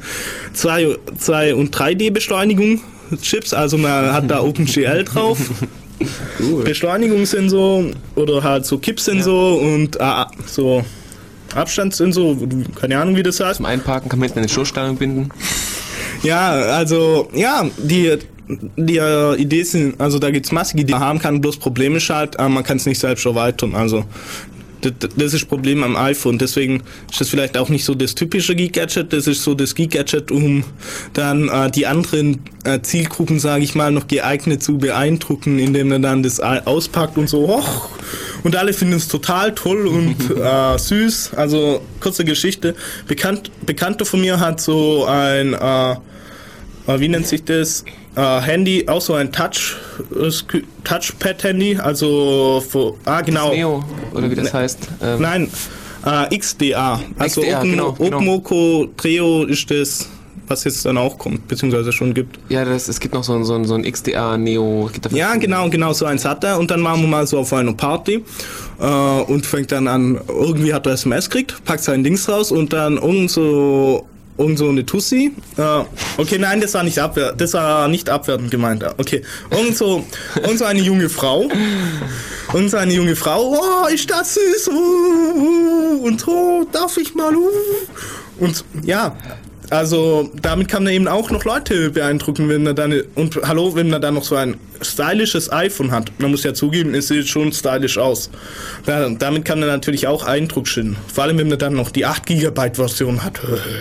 zwei und drei D Beschleunigung Chips, also man hat da OpenGL drauf. Cool. Beschleunigungssensor oder halt so Kippsensor ja. und äh, so Abstandssensor, keine Ahnung wie das heißt. Zum Einparken kann man jetzt eine Stoßstange binden. Ja, also ja, die die äh, Idee sind, also da gibt's massige Ideen, die man haben kann, bloß Problem ist halt, äh, man kann es nicht selbst erweitern, also das, das ist das Problem am iPhone, deswegen ist das vielleicht auch nicht so das typische Geek-Gadget, das ist so das Geek-Gadget, um dann äh, die anderen äh, Zielgruppen, sage ich mal, noch geeignet zu beeindrucken, indem man dann das auspackt und so, hoch, und alle finden es total toll und äh, süß. Also kurze Geschichte, Bekannt, Bekannter von mir hat so ein äh, äh, wie nennt sich das? Äh, Handy, auch so ein Touch, äh, Touchpad-Handy, also für, ah genau. Das Neo, oder wie das ne, heißt. Ähm, Nein, äh, X D A. Also X D A, Open, genau, genau. OpenMoko Treo ist das, was jetzt dann auch kommt, beziehungsweise schon gibt. Ja, das, es gibt noch so ein, so ein, so ein X D A Neo. Gibt ja, genau, genau, so eins hat er. Und dann waren wir mal so auf einer Party äh, und fängt dann an, irgendwie hat er S M S gekriegt, packt sein Dings raus und dann irgend so, irgend so eine Tussi. Äh, okay, nein, das war nicht abwer- das war nicht abwertend gemeint. Okay, irgend so, irgend so eine junge Frau. Irgend so eine junge Frau, oh, ist das süß, uh, uh, und oh, darf ich mal, uh. Und ja, also damit kann er eben auch noch Leute beeindrucken, wenn er dann, und hallo, wenn er dann noch so ein stylisches iPhone hat. Man muss ja zugeben, es sieht schon stylisch aus. Ja, damit kann er natürlich auch Eindruck schinden. Vor allem, wenn er dann noch die acht Gigabyte Version hat.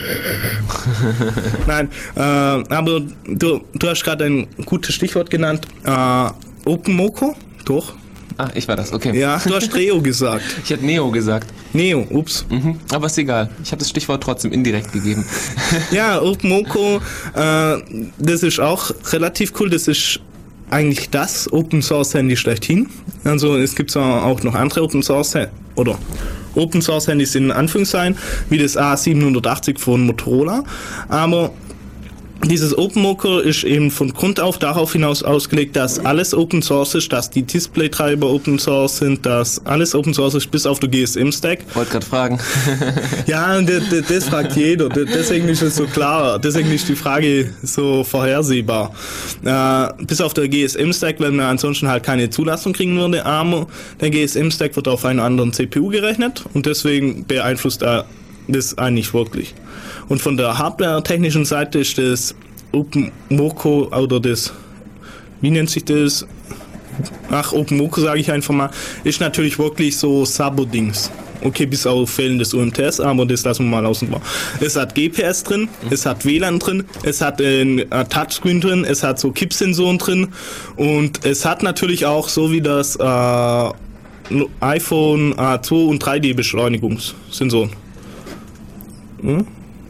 Nein, äh, aber du, du hast gerade ein gutes Stichwort genannt. Äh, OpenMoko? Doch. Ah, ich war das, okay. Ja, du hast Treo gesagt. Ich hätte Neo gesagt. Neo, ups. Mhm, aber ist egal. Ich habe das Stichwort trotzdem indirekt gegeben. Ja, OpenMoko, äh, das ist auch relativ cool. Das ist eigentlich das Open Source Handy schlechthin. Also es gibt auch noch andere Open Source oder Open Source Handys in Anführungszeichen, wie das A siebenhundertachtzig von Motorola. Aber dieses OpenMoko ist eben von Grund auf darauf hinaus ausgelegt, dass alles Open Source ist, dass die Display-Treiber Open Source sind, dass alles Open Source ist, bis auf der G S M-Stack. Wollte gerade fragen. Ja, das, das fragt jeder. Deswegen ist es so klar. Deswegen ist die Frage so vorhersehbar. Äh, bis auf der G S M-Stack, weil man ansonsten halt keine Zulassung kriegen würde. Aber der G S M-Stack wird auf einen anderen C P U gerechnet und deswegen beeinflusst er das eigentlich wirklich. Und von der hardware-technischen Seite ist das OpenMoko oder das, wie nennt sich das? Ach, OpenMoko sage ich einfach mal, ist natürlich wirklich so Sabo-Dings. Okay, bis auf fehlendes U M T S, aber das lassen wir mal außen vor. Es hat G P S drin, es hat W L A N drin, es hat ein Touchscreen drin, es hat so Kippsensoren drin und es hat natürlich auch, so wie das äh, iPhone äh, zwei und drei D Beschleunigungssensoren. Hm?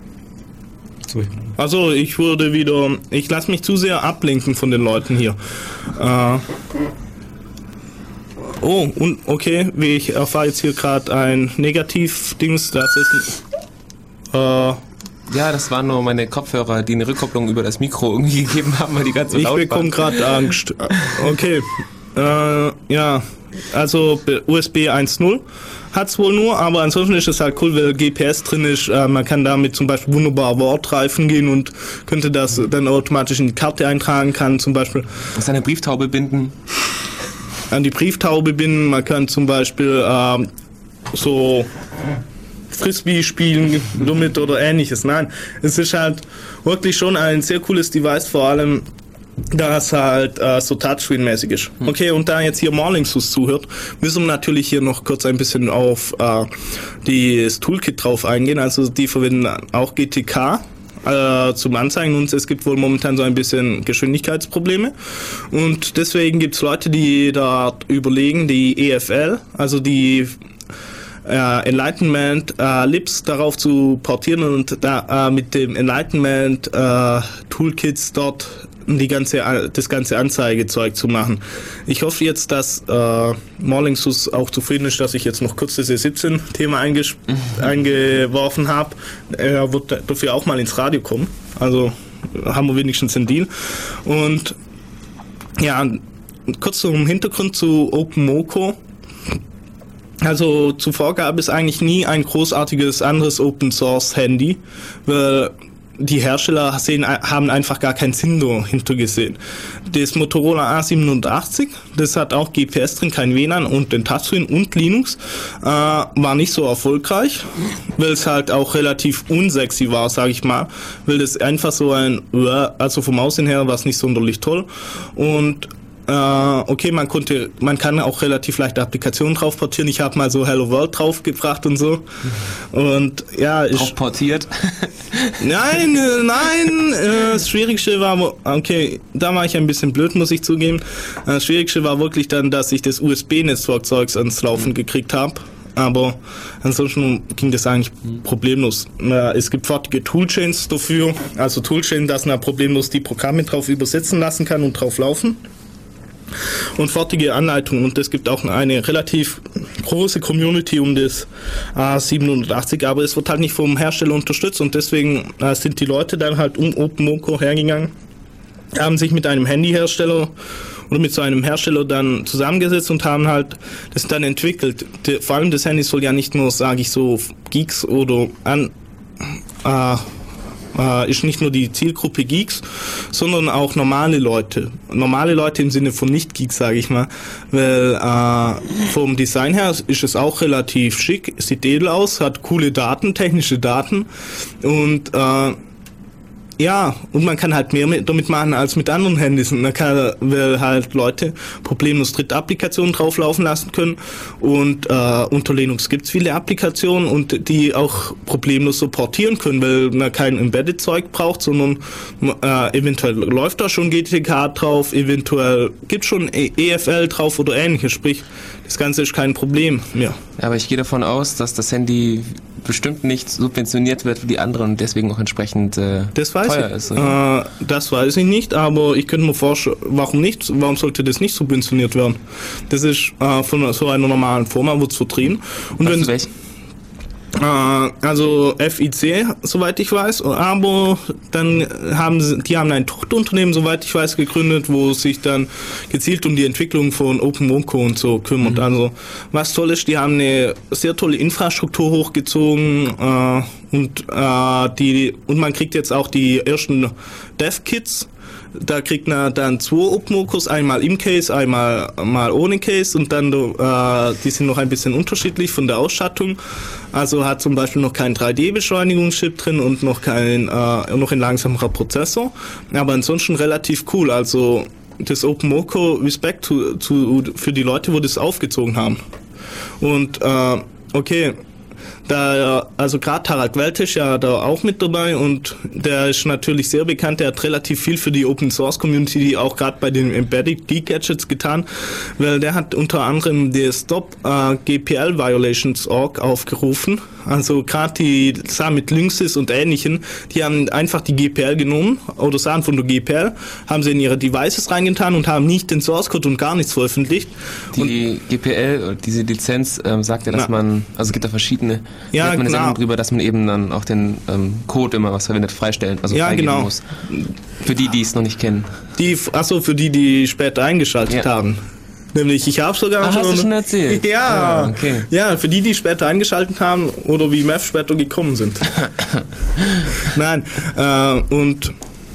Also ich würde wieder, ich lasse mich zu sehr ablenken von den Leuten hier. Äh, oh, und okay, wie ich erfahre jetzt hier gerade ein Negativ-Dings, das ist äh, ja, das waren nur meine Kopfhörer, die eine Rückkopplung über das Mikro irgendwie gegeben haben, weil die ganz so laut waren. Ich bekomme gerade Angst. Okay, äh, ja, also U S B eins Punkt null hat's wohl nur, aber ansonsten ist es halt cool, weil G P S drin ist. Äh, man kann damit zum Beispiel wunderbar Wortreifen gehen und könnte das dann automatisch in die Karte eintragen, kann zum Beispiel das eine Brieftaube binden. An die Brieftaube binden. Man kann zum Beispiel äh, so Frisbee spielen damit oder ähnliches. Nein, es ist halt wirklich schon ein sehr cooles Device, vor allem da es halt äh, so Touchscreen-mäßig ist. Okay, und da jetzt hier Morlingsus zuhört, müssen wir natürlich hier noch kurz ein bisschen auf äh, das Toolkit drauf eingehen. Also die verwenden auch G T K äh, zum Anzeigen und es gibt wohl momentan so ein bisschen Geschwindigkeitsprobleme. Und deswegen gibt es Leute, die da überlegen, die E F L, also die äh, Enlightenment äh, Libs darauf zu portieren und da äh, mit dem Enlightenment äh, Toolkits dort die ganze, das ganze Anzeigezeug zu machen. Ich hoffe jetzt, dass äh, Morlingsus auch zufrieden ist, dass ich jetzt noch kurz das E siebzehn Thema einges- mhm. eingeworfen habe. Er wird dafür auch mal ins Radio kommen. Also haben wir wenigstens einen Deal. Und ja, kurz zum Hintergrund zu OpenMoko. Also zuvor gab es eigentlich nie ein großartiges anderes Open Source Handy, weil die Hersteller sehen, haben einfach gar keinen Sinn dahinter gesehen. Das Motorola A siebenhundertachtzig, das hat auch G P S drin, kein W L A N und den Touchscreen und Linux, äh, war nicht so erfolgreich, weil es halt auch relativ unsexy war, sage ich mal, weil das einfach so ein, also vom Aussehen her war es nicht sonderlich toll und Uh, okay, man konnte, man kann auch relativ leichte Applikationen drauf portieren. Ich habe mal so Hello World draufgebracht und so. Und ja, ich drauf portiert. Nein, äh, nein. Äh, das Schwierigste war, okay, da war ich ein bisschen blöd, muss ich zugeben. Das Schwierigste war wirklich dann, dass ich das U S B-Netzwerkzeugs ans Laufen gekriegt habe. aber ansonsten ging das eigentlich problemlos. Es gibt fertige Toolchains dafür, also Toolchain, dass man problemlos die Programme drauf übersetzen lassen kann und drauf laufen. Und fertige Anleitungen, und es gibt auch eine relativ große Community um das A siebenhundertachtzig, aber es wird halt nicht vom Hersteller unterstützt, und deswegen äh, sind die Leute dann halt um OpenMoko hergegangen, haben sich mit einem Handyhersteller oder mit so einem Hersteller dann zusammengesetzt und haben halt das dann entwickelt. Die, vor allem das Handy soll ja nicht nur, sage ich so, Geeks oder an äh, äh, ist nicht nur die Zielgruppe Geeks, sondern auch normale Leute. Normale Leute im Sinne von Nicht-Geeks, sage ich mal. Weil äh, vom Design her ist es auch relativ schick, sieht edel aus, hat coole Daten, technische Daten und äh, ja, und man kann halt mehr mit, damit machen als mit anderen Handys. Und man kann weil halt Leute problemlos Drittapplikationen drauflaufen lassen können. Und äh, unter Linux gibt's viele Applikationen und die auch problemlos supportieren können, weil man kein Embedded-Zeug braucht, sondern äh, eventuell läuft da schon G T K drauf, eventuell gibt's schon E F L drauf oder ähnliches. Sprich, das Ganze ist kein Problem mehr. Aber ich gehe davon aus, dass das Handy bestimmt nicht subventioniert wird wie die anderen und deswegen auch entsprechend äh, das weiß teuer ich. ist. Oder? Äh, das weiß ich nicht, aber ich könnte mir vorstellen, warum nicht? Warum sollte das nicht subventioniert werden? Das ist äh, von so einer normalen Firma, wird es vertrieben. Und weißt wenn du welch? Äh, also F I C, soweit ich weiß, aber dann haben sie, die haben ein Tochterunternehmen, soweit ich weiß, gegründet, wo sich dann gezielt um die Entwicklung von OpenMoko und so kümmert. Mhm. Also was toll ist, die haben eine sehr tolle Infrastruktur hochgezogen äh, und äh, die und man kriegt jetzt auch die ersten Dev-Kits. Da kriegt man dann zwei OpenMokos, einmal im Case, einmal mal ohne Case und dann äh, die sind noch ein bisschen unterschiedlich von der Ausstattung. Also hat zum Beispiel noch kein drei D-Beschleunigungschip drin und noch kein äh, noch ein langsamerer Prozessor. Aber ansonsten relativ cool. Also das OpenMoko Respekt zu, zu, für die Leute, wo das aufgezogen haben. Und äh, okay. Da, also gerade Harald Welte ist ja da auch mit dabei und der ist natürlich sehr bekannt, der hat relativ viel für die Open Source Community auch gerade bei den Embedded Geek Gadgets getan, weil der hat unter anderem die Stop äh, G P L Violations Punkt org aufgerufen, also gerade die Sachen mit Linksys und Ähnlichen, die haben einfach die G P L genommen oder Sachen von der G P L, haben sie in ihre Devices reingetan und haben nicht den Source Code und gar nichts veröffentlicht. Die und G P L, diese Lizenz, ähm, sagt ja, dass na, man, also es gibt da verschiedene, ja, hat man eine genau. Sendung drüber, dass man eben dann auch den ähm, Code immer was verwendet, freistellen, also ja, freigeben genau. muss. Für die, die es noch nicht kennen. Die, achso, für die, die später eingeschaltet ja. haben. Nämlich, ich habe sogar ah, schon... hast du schon erzählt? Ja, ah, okay. Ja, für die, die später eingeschaltet haben oder wie Meth später gekommen sind. Nein, äh, und...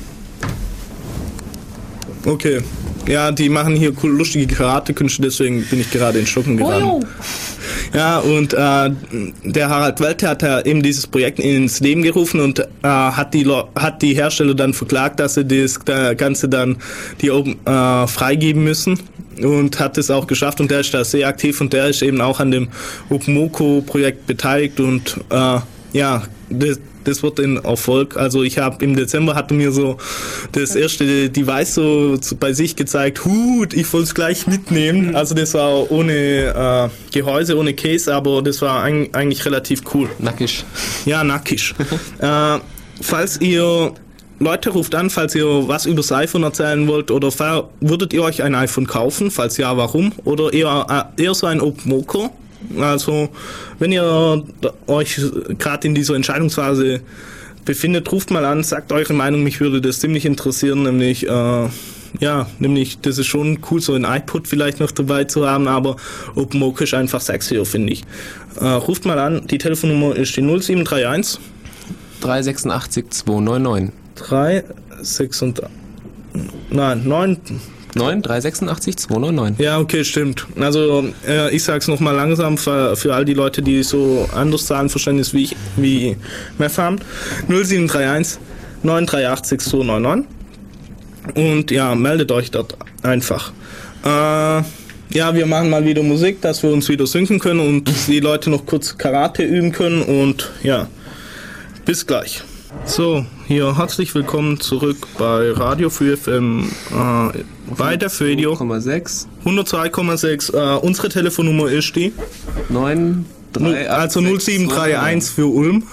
Okay. Ja, die machen hier cool, lustige Karate-Künste, deswegen bin ich gerade in Stocken geraten. Oh, ja, und äh, der Harald Welte hat ja eben dieses Projekt ins Leben gerufen und äh, hat die hat die Hersteller dann verklagt, dass sie das Ganze dann die Open, äh, freigeben müssen und hat es auch geschafft und der ist da sehr aktiv und der ist eben auch an dem OpenMoko-Projekt beteiligt und äh, ja, das Das wird ein Erfolg. Also ich habe im Dezember hatte mir so das erste Device so bei sich gezeigt. Hut, ich wollte es gleich mitnehmen. Also das war ohne äh, Gehäuse, ohne Case, aber das war ein, eigentlich relativ cool. Nackig. Ja, nackig. äh, falls ihr Leute, ruft an, falls ihr was über das iPhone erzählen wollt oder würdet ihr euch ein iPhone kaufen? Falls ja, warum? Oder eher, äh, eher so ein OpenMoko? Also, wenn ihr euch gerade in dieser Entscheidungsphase befindet, ruft mal an, sagt eure Meinung, mich würde das ziemlich interessieren, nämlich, äh, ja, nämlich, das ist schon cool, so ein iPod vielleicht noch dabei zu haben, aber OpenMoko ist einfach sexier, finde ich. Äh, ruft mal an, die Telefonnummer ist die null sieben drei eins drei acht sechs zwei neun neun drei sechs nein, neun neun drei sechs acht zwei neun neun. Ja, okay, stimmt. Also äh, ich sag's nochmal langsam für, für all die Leute, die so anderes Zahlenverständnis wie ich, wie Meth haben. null sieben drei eins neun drei acht sechs zwei neun neun. Und ja, meldet euch dort einfach. Äh, ja, wir machen mal wieder Musik, dass wir uns wieder synken können und die Leute noch kurz Karate üben können und ja, bis gleich. So, hier herzlich willkommen zurück bei Radio vier F M äh, bei der Radio hundertzwei Komma sechs hundertzwei Komma sechs. Äh, unsere Telefonnummer ist die neun drei acht Also null sieben drei eins für Ulm.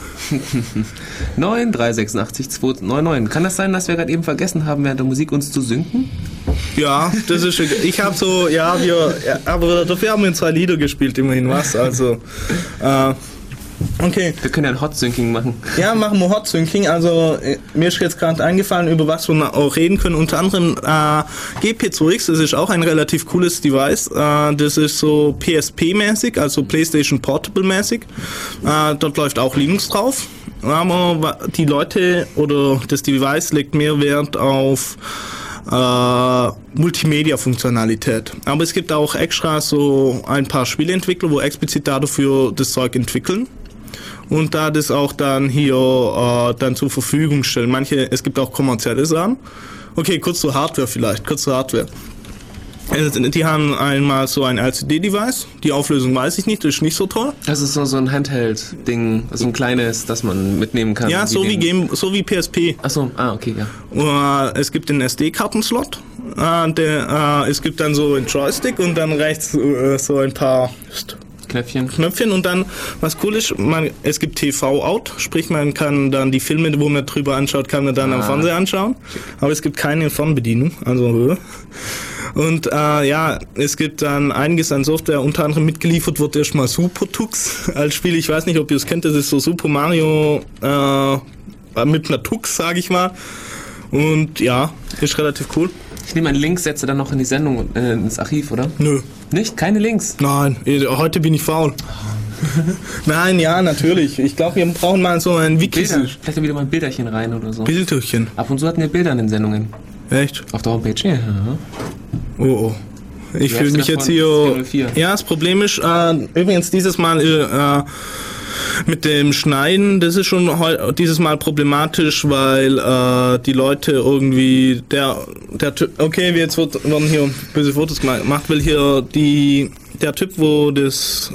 neun drei sechs acht zwei neun neun. Kann das sein, dass wir gerade eben vergessen haben, während der Musik uns zu synken? Ja, das ist. Ich habe so, ja, wir, ja, aber dafür haben wir zwei Lieder gespielt, immerhin was. Also, äh, okay. Wir können ja ein Hot-Syncing machen. Ja, machen wir Hot-Syncing. Also, mir ist jetzt gerade eingefallen, über was wir auch reden können. Unter anderem äh, G P zwei X, das ist auch ein relativ cooles Device. Äh, das ist so P S P-mäßig, also PlayStation Portable-mäßig. Äh, dort läuft auch Linux drauf. Aber die Leute oder das Device legt mehr Wert auf Uh, Multimedia-Funktionalität. Aber es gibt auch extra so ein paar Spieleentwickler, wo explizit dafür das Zeug entwickeln und da das auch dann hier uh, dann zur Verfügung stellen. Manche, es gibt auch kommerzielle Sachen. Okay, kurz zur Hardware vielleicht, kurz zur Hardware. Die haben einmal so ein L C D-Device, die Auflösung weiß ich nicht, das ist nicht so toll. Das ist so, so ein Handheld-Ding, so ein kleines, das man mitnehmen kann. Ja, so wie, Game, so wie P S P. Achso, ah, okay, ja. Es gibt den S D-Kartenslot, der, es gibt dann so einen Joystick und dann rechts so ein paar Knöpfchen. Knöpfchen und dann, was cool ist, man, es gibt T V-Out, sprich man kann dann die Filme, wo man drüber anschaut, kann man dann ah. am Fernseher anschauen, aber es gibt keine Fernbedienung, also und äh, ja, es gibt dann einiges an Software, unter anderem mitgeliefert wird erstmal Super Tux als Spiel, ich weiß nicht, ob ihr es kennt, das ist so Super Mario äh, mit einer Tux, sage ich mal, und ja, ist relativ cool. Ich nehme einen Link, setze dann noch in die Sendung, äh, ins Archiv, oder? Nö. Nicht? Keine Links? Nein, heute bin ich faul. Nein, ja, natürlich. Ich glaube, wir brauchen mal so ein Wiki. Bilder. Vielleicht wieder mal ein Bilderchen rein oder so. Bilderchen. Ab und zu hatten wir Bilder in den Sendungen. Echt? Auf der Homepage, ja. Oh, oh. Ich fühle mich jetzt hier... Ja, das Problem ist, äh, übrigens dieses Mal... Äh, mit dem Schneiden, das ist schon dieses Mal problematisch, weil äh, die Leute irgendwie, der, der Typ, okay, jetzt wird, werden hier böse Fotos gemacht, weil hier die, der Typ, wo das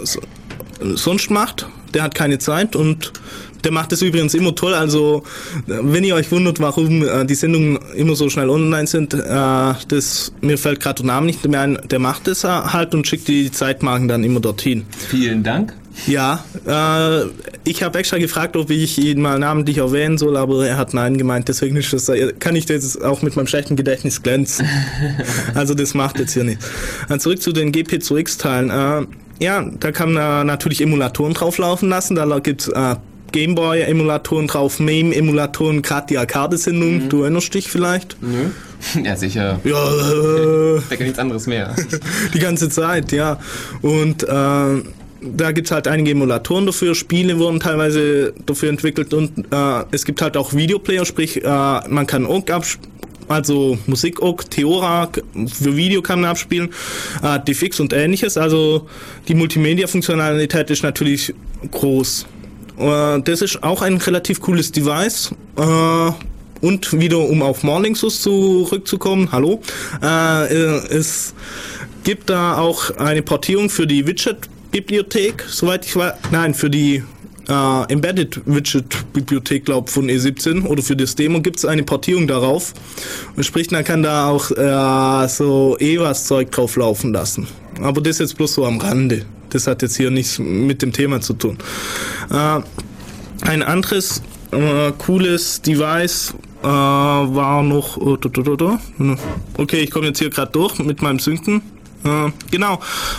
sonst macht, der hat keine Zeit und der macht das übrigens immer toll, also wenn ihr euch wundert, warum äh, die Sendungen immer so schnell online sind, äh, das, mir fällt gerade der Name nicht mehr ein, der macht das halt und schickt die Zeitmarken dann immer dorthin. Vielen Dank. Ja, äh, ich habe extra gefragt, ob ich ihn mal namentlich erwähnen soll, aber er hat nein gemeint, deswegen ist das, kann ich das auch mit meinem schlechten Gedächtnis glänzen. Also das macht jetzt hier nicht. Dann zurück zu den G P zwei X-Teilen. Äh, ja, da kann man natürlich Emulatoren drauflaufen lassen, da gibt's äh, Gameboy-Emulatoren drauf, MAME-Emulatoren, gerade die Arcade-Sendung, mhm. Du erinnerst dich vielleicht? Nö. Ja, sicher. Ja, äh, ich denke nichts anderes mehr. Die ganze Zeit, ja. Und äh, da gibt's halt einige Emulatoren dafür, Spiele wurden teilweise dafür entwickelt und äh, es gibt halt auch Videoplayer, sprich äh, man kann O G abspielen, also Musik O G, Theora, für Video kann man abspielen, äh, D F X und ähnliches, also die Multimedia-Funktionalität ist natürlich groß. Äh, das ist auch ein relativ cooles Device. Äh, und wieder, um auf Morlingsus zurückzukommen, hallo, äh, es gibt da auch eine Portierung für die Widget Bibliothek, soweit ich weiß, nein, für die äh, Embedded Widget Bibliothek, glaube ich, von E siebzehn oder für das Demo gibt es eine Portierung darauf. Und sprich, man kann da auch äh, so E V A-Zeug drauf laufen lassen. Aber das jetzt bloß so am Rande. Das hat jetzt hier nichts mit dem Thema zu tun. Äh, ein anderes äh, cooles Device äh, war noch... Oh, da, da, da. Okay, ich komme jetzt hier gerade durch mit meinem Synken. Äh, genau.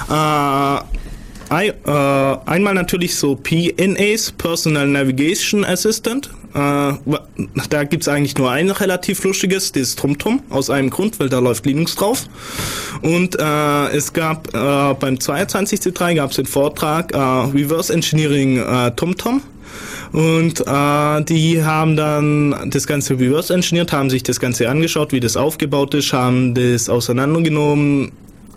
Äh, I, äh, einmal natürlich so P N As, Personal Navigation Assistant. Äh, da gibt's eigentlich nur ein relativ lustiges, das ist TomTom, aus einem Grund, weil da läuft Linux drauf. Und äh, es gab äh, beim zweiundzwanzig C drei gab's den Vortrag äh, Reverse Engineering äh, TomTom. Und äh, die haben dann das Ganze reverse engineert, haben sich das Ganze angeschaut, wie das aufgebaut ist, haben das auseinandergenommen,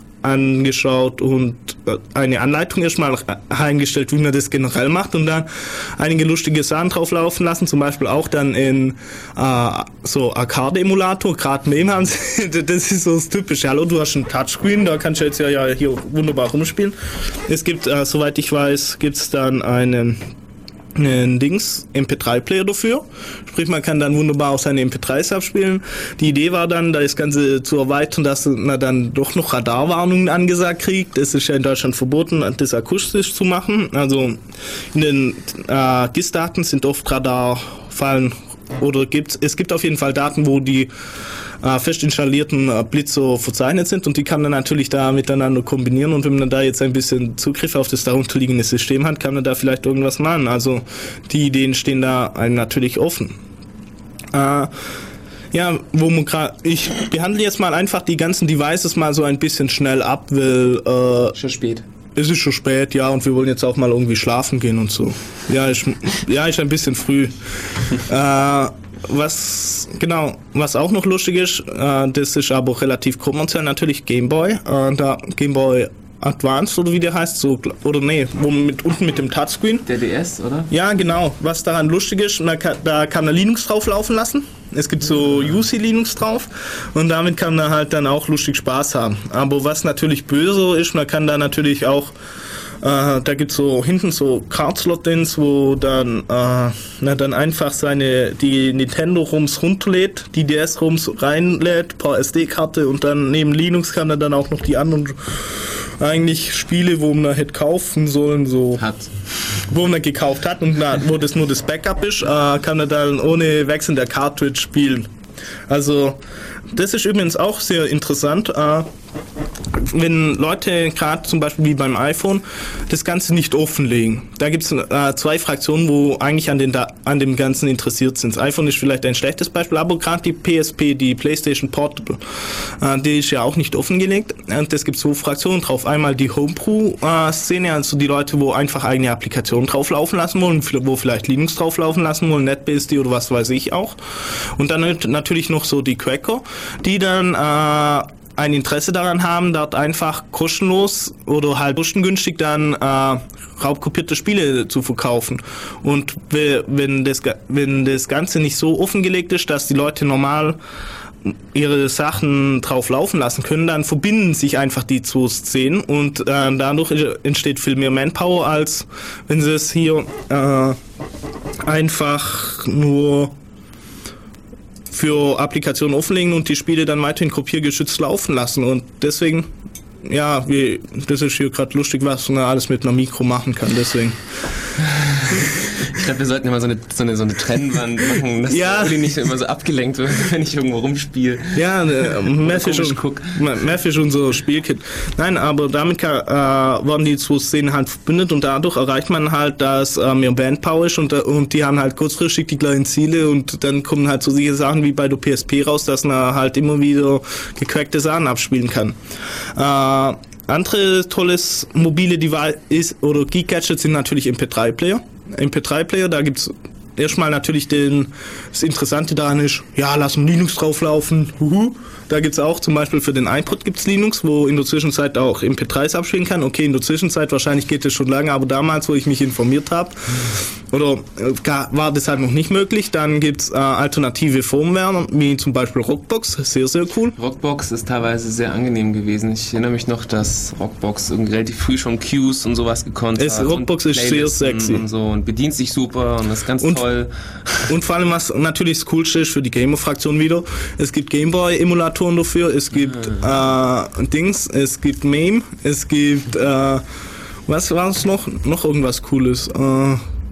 angeschaut und eine Anleitung erstmal eingestellt, wie man das generell macht und dann einige lustige Sachen drauf laufen lassen, zum Beispiel auch dann in äh, so Arcade-Emulator, gerade MAME haben sie, das ist so das Typische, hallo, du hast einen Touchscreen, da kannst du jetzt ja, ja hier wunderbar rumspielen. Es gibt, äh, soweit ich weiß, gibt es dann einen einen Dings M P drei Player dafür. Sprich, man kann dann wunderbar auch seine M P dreis abspielen. Die Idee war dann, das Ganze zu erweitern, dass man dann doch noch Radarwarnungen angesagt kriegt. Es ist ja in Deutschland verboten, das akustisch zu machen. Also in den äh, G I S-Daten sind oft Radarfallen oder gibt es gibt auf jeden Fall Daten, wo die äh, fest installierten äh, Blitzer verzeichnet sind und die kann man natürlich da miteinander kombinieren und wenn man da jetzt ein bisschen Zugriff auf das darunterliegende System hat, kann man da vielleicht irgendwas machen. Also die Ideen stehen da einem natürlich offen. Äh, ja, wo man gerade, ich behandle jetzt mal einfach die ganzen Devices mal so ein bisschen schnell ab, weil äh, schon spät. Es ist schon spät, ja, und wir wollen jetzt auch mal irgendwie schlafen gehen und so. Ja, ich, ja, ist ein bisschen früh. äh, was, genau, was auch noch lustig ist, äh, das ist aber relativ kommerziell natürlich Gameboy. Äh, da Gameboy Advanced oder wie der heißt, so, oder nee, wo mit, unten mit dem Touchscreen. Der D S, oder? Ja, genau. Was daran lustig ist, da kann, da kann man Linux drauf laufen lassen. Es gibt so U C Linux drauf und damit kann man halt dann auch lustig Spaß haben. Aber was natürlich böse ist, man kann da natürlich auch, äh, da gibt's so hinten so Card-Slot-Ins, wo dann, äh, na, dann einfach seine, die Nintendo-Rums runterlädt, die D S-Rums reinlädt, per S D-Karte und dann neben Linux kann er dann auch noch die anderen eigentlich Spiele, wo man hätte kaufen sollen, so hat. Wo man gekauft hat und na, wo das nur das Backup ist, äh, kann er dann ohne Wechseln der Cartridge spielen. Also das ist übrigens auch sehr interessant, äh, wenn Leute gerade zum Beispiel wie beim iPhone das Ganze nicht offenlegen. Da gibt es äh, zwei Fraktionen, wo eigentlich an, den da- an dem Ganzen interessiert sind. Das iPhone ist vielleicht ein schlechtes Beispiel, aber gerade die P S P, die PlayStation Portable, äh, die ist ja auch nicht offengelegt. Und es gibt so Fraktionen drauf. Einmal die Homebrew-Szene, also die Leute, wo einfach eigene Applikationen drauf laufen lassen wollen, wo vielleicht Linux drauf laufen lassen wollen, NetBSD oder was weiß ich auch. Und dann natürlich noch so die Cracker, die dann äh, ein Interesse daran haben, dort einfach kostenlos oder halt kostengünstig dann äh, raubkopierte Spiele zu verkaufen. Und wenn das, wenn das Ganze nicht so offengelegt ist, dass die Leute normal ihre Sachen drauf laufen lassen können, dann verbinden sich einfach die zwei Szenen und äh, dadurch entsteht viel mehr Manpower, als wenn sie es hier äh, einfach nur für Applikationen offenlegen und die Spiele dann weiterhin kopiergeschützt laufen lassen. Und deswegen, ja, wie, das ist hier gerade lustig, was man alles mit einer Mikro machen kann, deswegen. Ich glaube, wir sollten immer so eine, so eine, so eine Trennwand machen, dass ja. Uli nicht immer so abgelenkt wird, wenn ich irgendwo rumspiele. Ja, äh, mehr für schon, mehr für schon so Spielkit. Nein, aber damit kann, äh, wurden die zwei Szenen halt verbündet und dadurch erreicht man halt, dass äh, mehr Bandpower ist und, und die haben halt kurzfristig die gleichen Ziele und dann kommen halt so solche Sachen wie bei der P S P raus, dass man halt immer wieder gecrackte Sachen abspielen kann. Äh, Andere tolles mobile Device ist, oder Geek-Gadgets sind natürlich M P drei Player. M P drei Player, da gibt's erstmal natürlich den, das Interessante daran ist, ja, lassen Linux drauflaufen, huhu. Da gibt's auch zum Beispiel für den iPod gibt's Linux, wo in der Zwischenzeit auch M P dreis abspielen kann. Okay, in der Zwischenzeit, wahrscheinlich geht das schon lange, aber damals, wo ich mich informiert habe, oder äh, war das halt noch nicht möglich. Dann gibt's äh, alternative Firmware, wie zum Beispiel Rockbox, sehr, sehr cool. Rockbox ist teilweise sehr angenehm gewesen. Ich erinnere mich noch, dass Rockbox irgendwie relativ früh schon Cues und sowas gekonnt es, hat. Rockbox ist sehr sexy. Und so und bedient sich super und ist ganz und, toll. Und vor allem, was natürlich das Coolste ist für die Gamer-Fraktion wieder, es gibt Gameboy-Emulatoren dafür, es gibt ah. äh, Dings, es gibt MAME, es gibt äh, was war es noch? Noch irgendwas Cooles. Äh,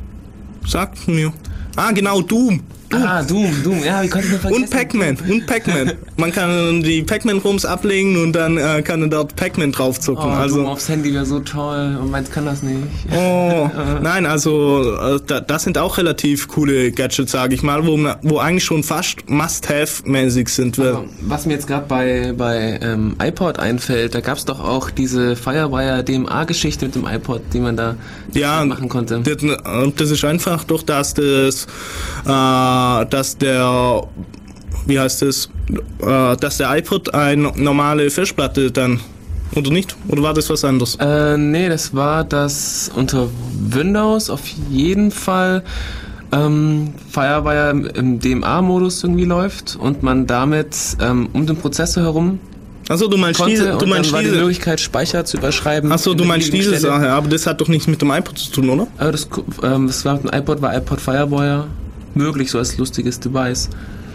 sagt mir. Ah, genau, Doom. Doom. Ah, Doom, Doom, ja, wie konnte ich das vergessen? Und Pac-Man, und Pac-Man. Man kann die Pac-Man-Rums ablegen und dann äh, kann er dort Pac-Man drauf zucken. Oh, also Doom aufs Handy wäre so toll und meins kann das nicht. Oh, nein, also äh, da, das sind auch relativ coole Gadgets, sage ich mal, wo, wo eigentlich schon fast Must-Have-mäßig sind. Aber was mir jetzt gerade bei, bei ähm, iPod einfällt, da gab es doch auch diese Firewire-D M A-Geschichte mit dem iPod, die man da ja, machen konnte. Das, das ist einfach durch das, das äh, dass der, wie heißt es, äh, dass der iPod eine normale Festplatte dann, oder nicht? Oder war das was anderes? Äh, nee, das war, dass unter Windows auf jeden Fall ähm, Firewire im D M A-Modus irgendwie läuft und man damit ähm, um den Prozessor herum Achso, du meinst konnte diese, du und meinst dann war diese die Möglichkeit, Speicher zu überschreiben. Achso, du meinst diese Stelle. Sache, aber das hat doch nichts mit dem iPod zu tun, oder? Aber das, ähm, das war mit dem iPod, war iPod Firewire möglich, so als lustiges Device.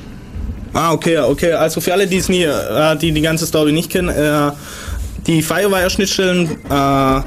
Ah, okay, okay. Also für alle, die es nie, äh, die die ganze Story nicht kennen, äh, die Firewire-Schnittstellen äh,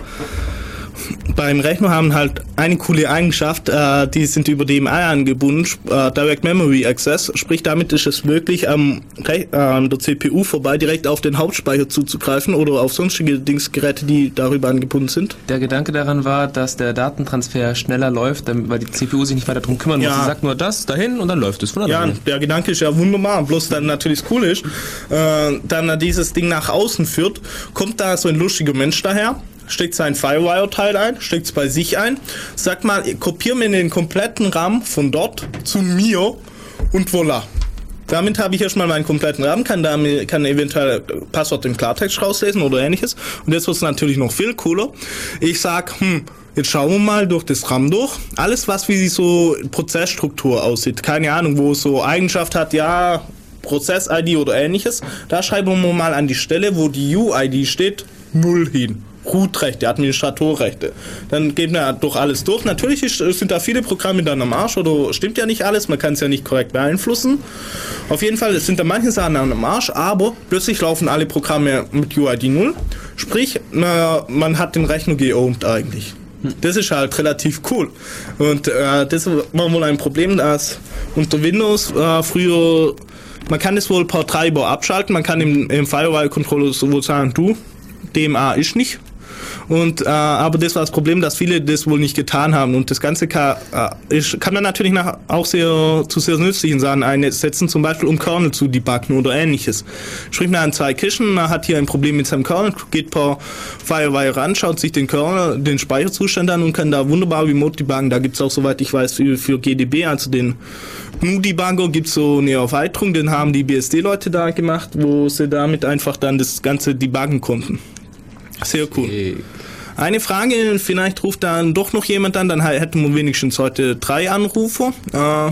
beim Rechner haben halt eine coole Eigenschaft, äh, die sind über D M I angebunden, äh, Direct Memory Access, sprich damit ist es möglich, am Re- äh, an der C P U vorbei direkt auf den Hauptspeicher zuzugreifen oder auf sonstige Dingsgeräte, die darüber angebunden sind. Der Gedanke daran war, dass der Datentransfer schneller läuft, damit, weil die C P U sich nicht weiter darum kümmern Ja. muss. Sie sagt nur das dahin und dann läuft es von Ja, alleine. der Gedanke ist ja wunderbar, bloß dann natürlich das Coole ist, äh, dann dieses Ding nach außen führt, kommt da so ein lustiger Mensch daher, steckt sein Firewire-Teil ein, steckt es bei sich ein, sagt mal, kopier mir den kompletten RAM von dort zu mir und voilà. Damit habe ich erstmal meinen kompletten RAM, kann da kann eventuell Passwort im Klartext rauslesen oder ähnliches. Und jetzt wird es natürlich noch viel cooler. Ich sag, hm, jetzt schauen wir mal durch das RAM durch. Alles, was wie so Prozessstruktur aussieht, keine Ahnung, wo es so Eigenschaft hat, ja, Prozess-I D oder ähnliches, da schreiben wir mal an die Stelle, wo die U I D steht, null hin. Root-Rechte, Administratorrechte. Dann geht man durch alles durch. Natürlich ist, sind da viele Programme dann am Arsch oder stimmt ja nicht alles, man kann es ja nicht korrekt beeinflussen. Auf jeden Fall sind da manche Sachen am Arsch, aber plötzlich laufen alle Programme mit U I D null. Sprich, na, man hat den Rechner geowned eigentlich. Das ist halt relativ cool. Und äh, das war wohl ein Problem, dass unter Windows äh, früher, man kann es wohl per Treiber abschalten, man kann im, im Firewire-Controller sowohl sagen, du, D M A ist nicht. Und, äh, aber das war das Problem, dass viele das wohl nicht getan haben. Und das Ganze kann, äh, ist, kann man natürlich nach, auch sehr, zu sehr nützlichen Sachen einsetzen, zum Beispiel um Kernel zu debuggen oder ähnliches. Sprich, man hat zwei Kischen, man hat hier ein Problem mit seinem Kernel, geht per Firewire ran, schaut sich den Kernel, den Speicherzustand an und kann da wunderbar remote debuggen. Da gibt es auch, soweit ich weiß, für, für G D B, also den G N U-Debugger, gibt es so eine Erweiterung, den haben die B S D-Leute da gemacht, wo sie damit einfach dann das Ganze debuggen konnten. Sehr cool. Okay. Eine Frage, vielleicht ruft dann doch noch jemand an, dann hätten wir wenigstens heute drei Anrufer. Äh,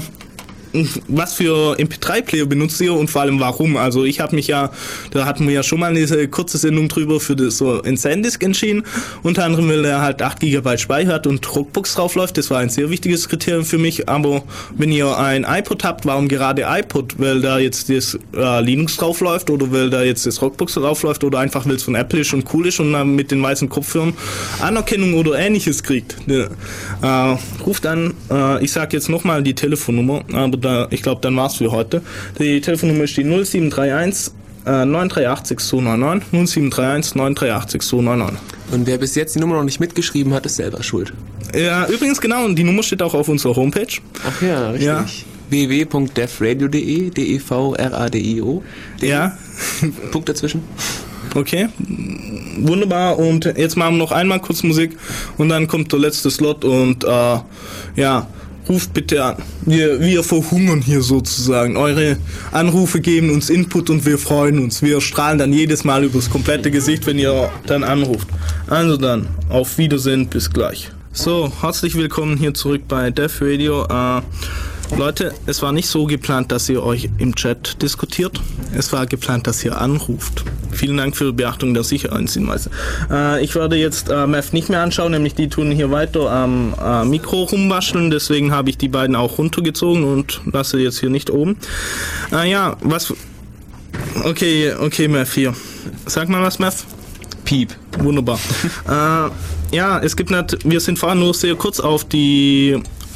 was für M P drei Player benutzt ihr und vor allem warum? Also ich habe mich ja, da hatten wir ja schon mal eine kurze Sendung drüber für das so ein SanDisk entschieden. Unter anderem, weil er halt acht Gigabyte Speicher hat und Rockbox drauf läuft. Das war ein sehr wichtiges Kriterium für mich. Aber wenn ihr ein iPod habt, warum gerade iPod? Weil da jetzt das äh, Linux drauf läuft oder weil da jetzt das Rockbox drauf läuft oder einfach weil es von Apple ist und cool ist und man mit den weißen Kopfhörern Anerkennung oder ähnliches kriegt. Äh, ruft an, äh, ich sag jetzt nochmal die Telefonnummer, aber da, ich glaube, dann war's für heute. Die Telefonnummer ist die null sieben drei eins neun drei acht sechs zwei neun neun, null sieben drei eins neun drei acht sechs zwei neun neun. Und wer bis jetzt die Nummer noch nicht mitgeschrieben hat, ist selber schuld. Ja, übrigens genau, und die Nummer steht auch auf unserer Homepage. Ach ja, richtig. Ja. w w w punkt devradio punkt de, D E V R A D I O. Ja. Punkt dazwischen. Okay, wunderbar. Und jetzt machen wir noch einmal kurz Musik und dann kommt der letzte Slot und äh, ja, ruft bitte an. Wir, wir verhungern hier sozusagen. Eure Anrufe geben uns Input und wir freuen uns. Wir strahlen dann jedes Mal übers komplette Gesicht, wenn ihr dann anruft. Also dann, auf Wiedersehen, bis gleich. So, herzlich willkommen hier zurück bei Dev Radio. Äh, Leute, es war nicht so geplant, dass ihr euch im Chat diskutiert. Es war geplant, dass ihr anruft. Vielen Dank für die Beachtung der Sicherheitshinweise. Äh, ich werde jetzt äh, M E F nicht mehr anschauen, nämlich die tun hier weiter am äh, Mikro rumwascheln. Deswegen habe ich die beiden auch runtergezogen und lasse jetzt hier nicht oben. Äh, ja, was... Okay, okay, M E F hier. Sag mal was, M E F. Piep. Wunderbar. äh, ja, es gibt nicht... Wir sind vorhin nur sehr kurz auf die...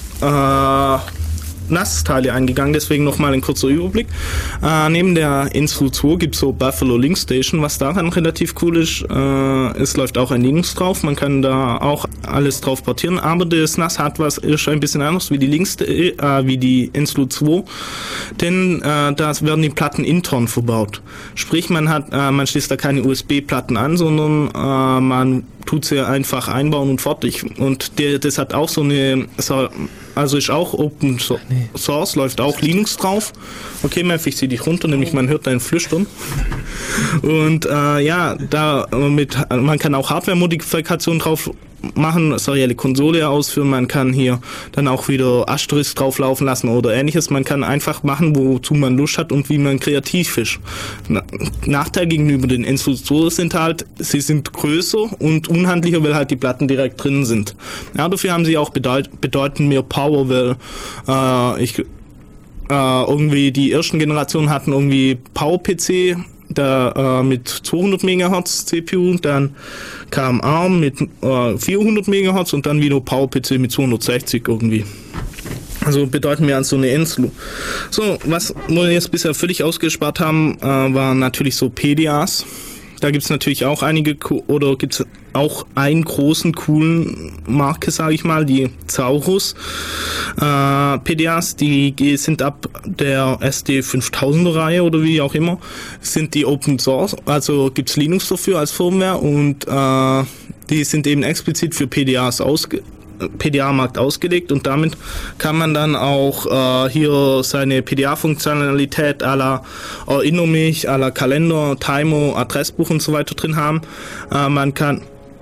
Äh, N A S-Teile eingegangen, deswegen nochmal ein kurzer Überblick. Äh, neben der Insul zwei gibt es so Buffalo Link Station, was daran relativ cool ist. Äh, es läuft auch ein Linux drauf, man kann da auch alles drauf portieren, aber das N A S hat was, ist ein bisschen anders wie die Links, äh, wie die Insul zwei, denn äh, da werden die Platten intern verbaut. Sprich, man hat, äh, man schließt da keine U S B-Platten an, sondern äh, man tut sie einfach einbauen und fertig. Und der, das hat auch so eine, also ist auch Open Source, läuft auch Linux drauf. Okay, Mef, ich zieh dich runter, nämlich man hört dein Flüstern. Und äh, ja, da mit, man kann auch Hardware-Modifikationen drauf machen, serielle Konsole ausführen, man kann hier dann auch wieder Asterisk drauflaufen lassen oder ähnliches. Man kann einfach machen, wozu man Lust hat und wie man kreativ ist. Na, Nachteil gegenüber den Instrumenten sind halt, sie sind größer und unhandlicher, weil halt die Platten direkt drin sind. Ja, dafür haben sie auch bedeut- bedeutend mehr Power, weil äh, ich äh, irgendwie die ersten Generationen hatten irgendwie Power-P C, da äh, mit zweihundert Megahertz C P U, dann kam ARM mit äh, vierhundert Megahertz und dann wieder Power-P C mit zweihundertsechzig irgendwie. Also bedeuten wir an so eine Enslu. So, was wir jetzt bisher völlig ausgespart haben, äh, waren natürlich so P D As. Da gibt's natürlich auch einige, oder gibt's auch einen großen, coolen Marke, sage ich mal, die Zaurus. Äh, P D As, die sind ab der S D fünftausender Reihe oder wie auch immer, sind die Open Source, also gibt's Linux dafür als Firmware und äh, die sind eben explizit für P D As ausge P D A-Markt ausgelegt und damit kann man dann auch äh, hier seine P D A-Funktionalität à la Erinner mich, à la Kalender, Timer, Adressbuch und so weiter drin haben. Äh, man kann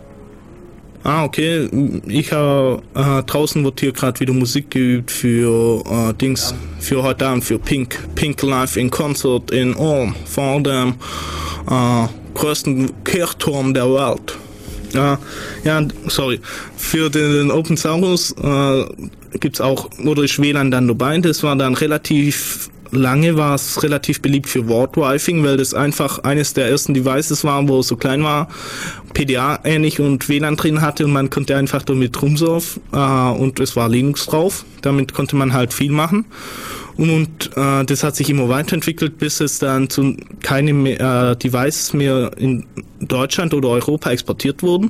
Ah, okay. Ich äh, äh, draußen wird hier gerade wieder Musik geübt für äh, Dings, für heute Abend, für Pink. Pink Live in Concert in Ulm, vor dem äh, größten Kirchturm der Welt. Ja, ja, sorry. Für den, den Open Source äh, gibt's auch, oder ist W L A N dann dabei. Das war dann relativ lange, war es relativ beliebt für Warp-Driving, weil das einfach eines der ersten Devices war, wo es so klein war, P D A ähnlich und W L A N drin hatte und man konnte einfach damit rumsurfen äh, und es war Linux drauf. Damit konnte man halt viel machen. Und äh, das hat sich immer weiterentwickelt, bis es dann zu keine mehr, äh, Devices mehr in Deutschland oder Europa exportiert wurden.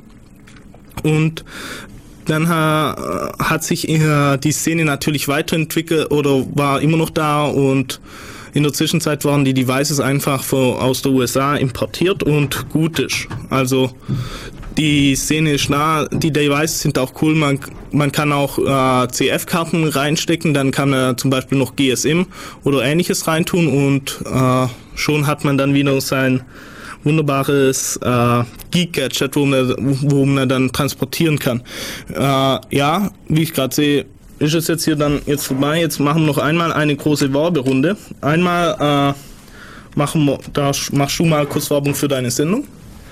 Und dann äh, hat sich äh, die Szene natürlich weiterentwickelt oder war immer noch da und in der Zwischenzeit waren die Devices einfach von, aus der U S A importiert und gut ist. Also die Szene ist nah, die Devices sind auch cool, man, man kann auch äh, C F-Karten reinstecken, dann kann man zum Beispiel noch G S M oder ähnliches reintun und äh, schon hat man dann wieder sein wunderbares äh, Geek-Gadget, wo man, wo man dann transportieren kann. Äh, ja, wie ich gerade sehe, ist es jetzt hier dann jetzt vorbei. Jetzt machen wir noch einmal eine große Werberunde. Einmal äh, machen wir, da machst du mal kurz Werbung für deine Sendung.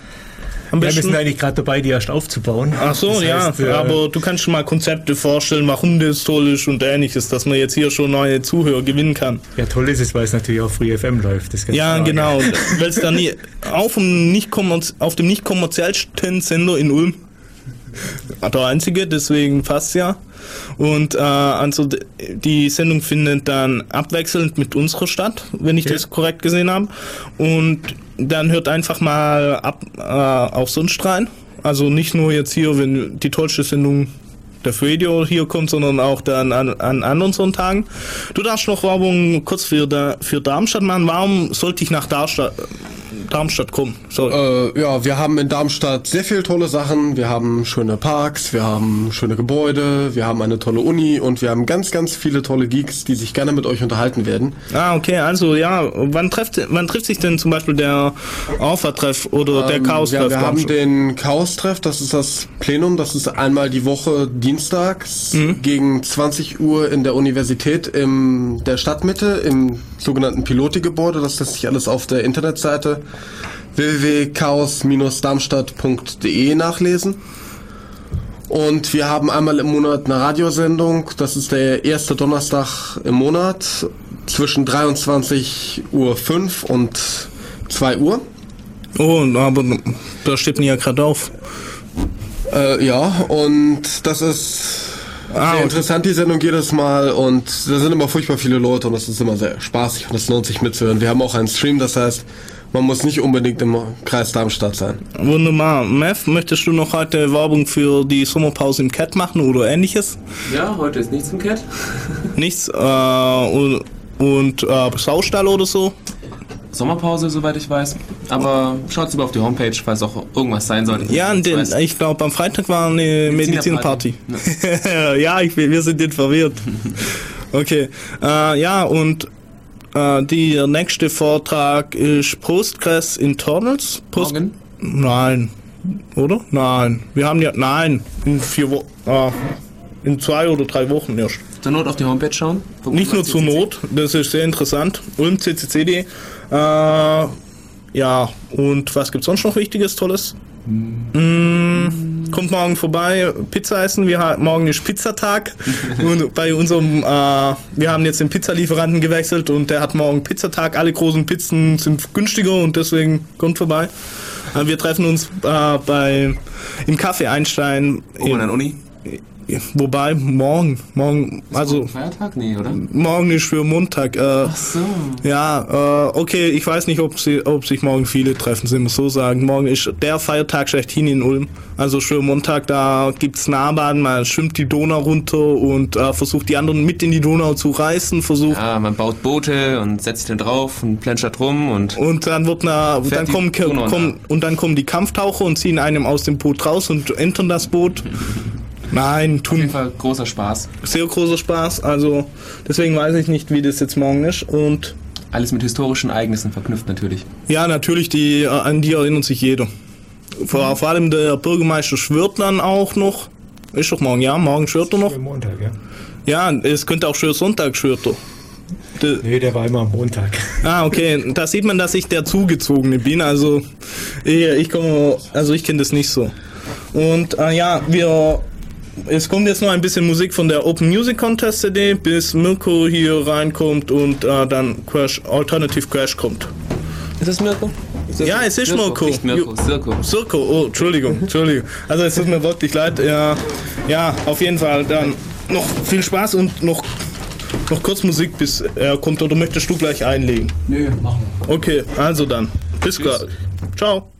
Am ja, wir sind eigentlich gerade dabei, die erst aufzubauen. Ach so, das heißt, ja, äh, aber du kannst schon mal Konzepte vorstellen, warum das toll ist und ähnliches, dass man jetzt hier schon neue Zuhörer gewinnen kann. Ja, toll ist es, weil es natürlich auf Free F M läuft. Das ja, klar, genau, weil es dann nie, auf dem nicht auf dem nicht kommerziellsten Sender in Ulm, der einzige, deswegen passt ja. Und äh, also die Sendung findet dann abwechselnd mit unserer statt, wenn ich okay. das korrekt gesehen habe. Und dann hört einfach mal ab äh, auch sonst rein. Also nicht nur jetzt hier, wenn die tollste Sendung der Radio hier kommt, sondern auch dann an, an anderen Sonntagen. Du darfst noch Werbung kurz für, da, für Darmstadt machen. Warum sollte ich nach Darmstadt, Darmstadt kommen? Sorry. Äh, ja, wir haben in Darmstadt sehr viele tolle Sachen. Wir haben schöne Parks, wir haben schöne Gebäude, wir haben eine tolle Uni und wir haben ganz, ganz viele tolle Geeks, die sich gerne mit euch unterhalten werden. Ah, okay, also ja, wann trifft, wann trifft sich denn zum Beispiel der Alpha-Treff oder ähm, der Chaos-Treff? Ja, wir haben den Chaos-Treff, das ist das Plenum, das ist einmal die Woche dienstags mhm. gegen zwanzig Uhr in der Universität in der Stadtmitte, im sogenannten Piloti-Gebäude. Das lässt sich alles auf der Internetseite w w w punkt chaos dash darmstadt punkt d e nachlesen. Und wir haben einmal im Monat eine Radiosendung, das ist der erste Donnerstag im Monat zwischen dreiundzwanzig Uhr fünf und zwei Uhr. Oh, aber da steht mir ja gerade auf. Äh, ja, und das ist ah, sehr interessant, die Sendung jedes Mal, und da sind immer furchtbar viele Leute und das ist immer sehr spaßig und es lohnt sich mitzuhören. Wir haben auch einen Stream, das heißt, man muss nicht unbedingt im Kreis Darmstadt sein. Wunderbar. Mev, möchtest du noch heute Werbung für die Sommerpause im Cat machen oder ähnliches? Ja, heute ist nichts im Cat. Nichts? Äh, und und äh, Saustall oder so? Sommerpause, soweit ich weiß. Aber schaut lieber auf die Homepage, falls auch irgendwas sein sollte. Ja, den, ich glaube, am Freitag war eine Medizinerparty. Ja, ja ich, wir sind nicht verwirrt. Okay. Äh, ja, und äh, der nächste Vortrag ist Postgres Internals. Post- Morgen? Nein. Oder? Nein. Wir haben ja, nein, in vier Wochen, ah, in zwei oder drei Wochen erst. Zur Not auf die Homepage schauen? Nicht nur zur Not, das ist sehr interessant. Ulm C C C punkt de. Äh, ja, und was gibt's sonst noch Wichtiges, Tolles? Mm, kommt morgen vorbei, Pizza essen. Wir haben, morgen ist Pizzatag. Und bei unserem, äh, wir haben jetzt den Pizzalieferanten gewechselt und der hat morgen Pizzatag. Alle großen Pizzen sind günstiger und deswegen kommt vorbei. Äh, wir treffen uns äh, bei im Café Einstein. Oben an Uni? Wobei, morgen, morgen, ist also... Morgen Feiertag? Nee, oder? Morgen ist für Montag. Äh, Ach so. Ja, äh, okay, ich weiß nicht, ob, sie, ob sich morgen viele treffen, sind wir so sagen. Morgen ist der Feiertag schlechthin in Ulm. Also für Montag, da gibt's Nahbahn, man schwimmt die Donau runter und äh, versucht die anderen mit in die Donau zu reißen, versucht... Ja, man baut Boote und setzt sich dann drauf und plätschert rum und... Und dann wird na, dann kommen, kommen, und dann kommen die Kampftaucher und ziehen einem aus dem Boot raus und entern das Boot. Nein, tun. Auf jeden Fall großer Spaß. Sehr großer Spaß, also deswegen weiß ich nicht, wie das jetzt morgen ist und... Alles mit historischen Ereignissen verknüpft natürlich. Ja, natürlich, die, an die erinnert sich jeder. Vor, vor allem der Bürgermeister schwört dann auch noch. Ist doch morgen, ja, morgen schwört er noch. Montag, ja. Ja, es könnte auch schön Sonntag schwört er. De nee, der war immer am Montag. Ah, okay, da sieht man, dass ich der Zugezogene bin, also ich, ich komme, also ich kenne das nicht so. Und äh, ja, wir... Es kommt jetzt noch ein bisschen Musik von der Open Music Contest C D, bis Mirko hier reinkommt und äh, dann Crash, Alternative Crash kommt. Ist das Mirko? Ist das ja, es ist Mirko. Nicht Mirko, Sirko. Sirko, oh, Entschuldigung, Entschuldigung. Also es tut mir wirklich leid. Ja, ja, auf jeden Fall dann noch viel Spaß und noch, noch kurz Musik, bis er kommt. Oder möchtest du gleich einlegen? Nö, machen wir. Okay, also dann. Bis gleich. Ciao.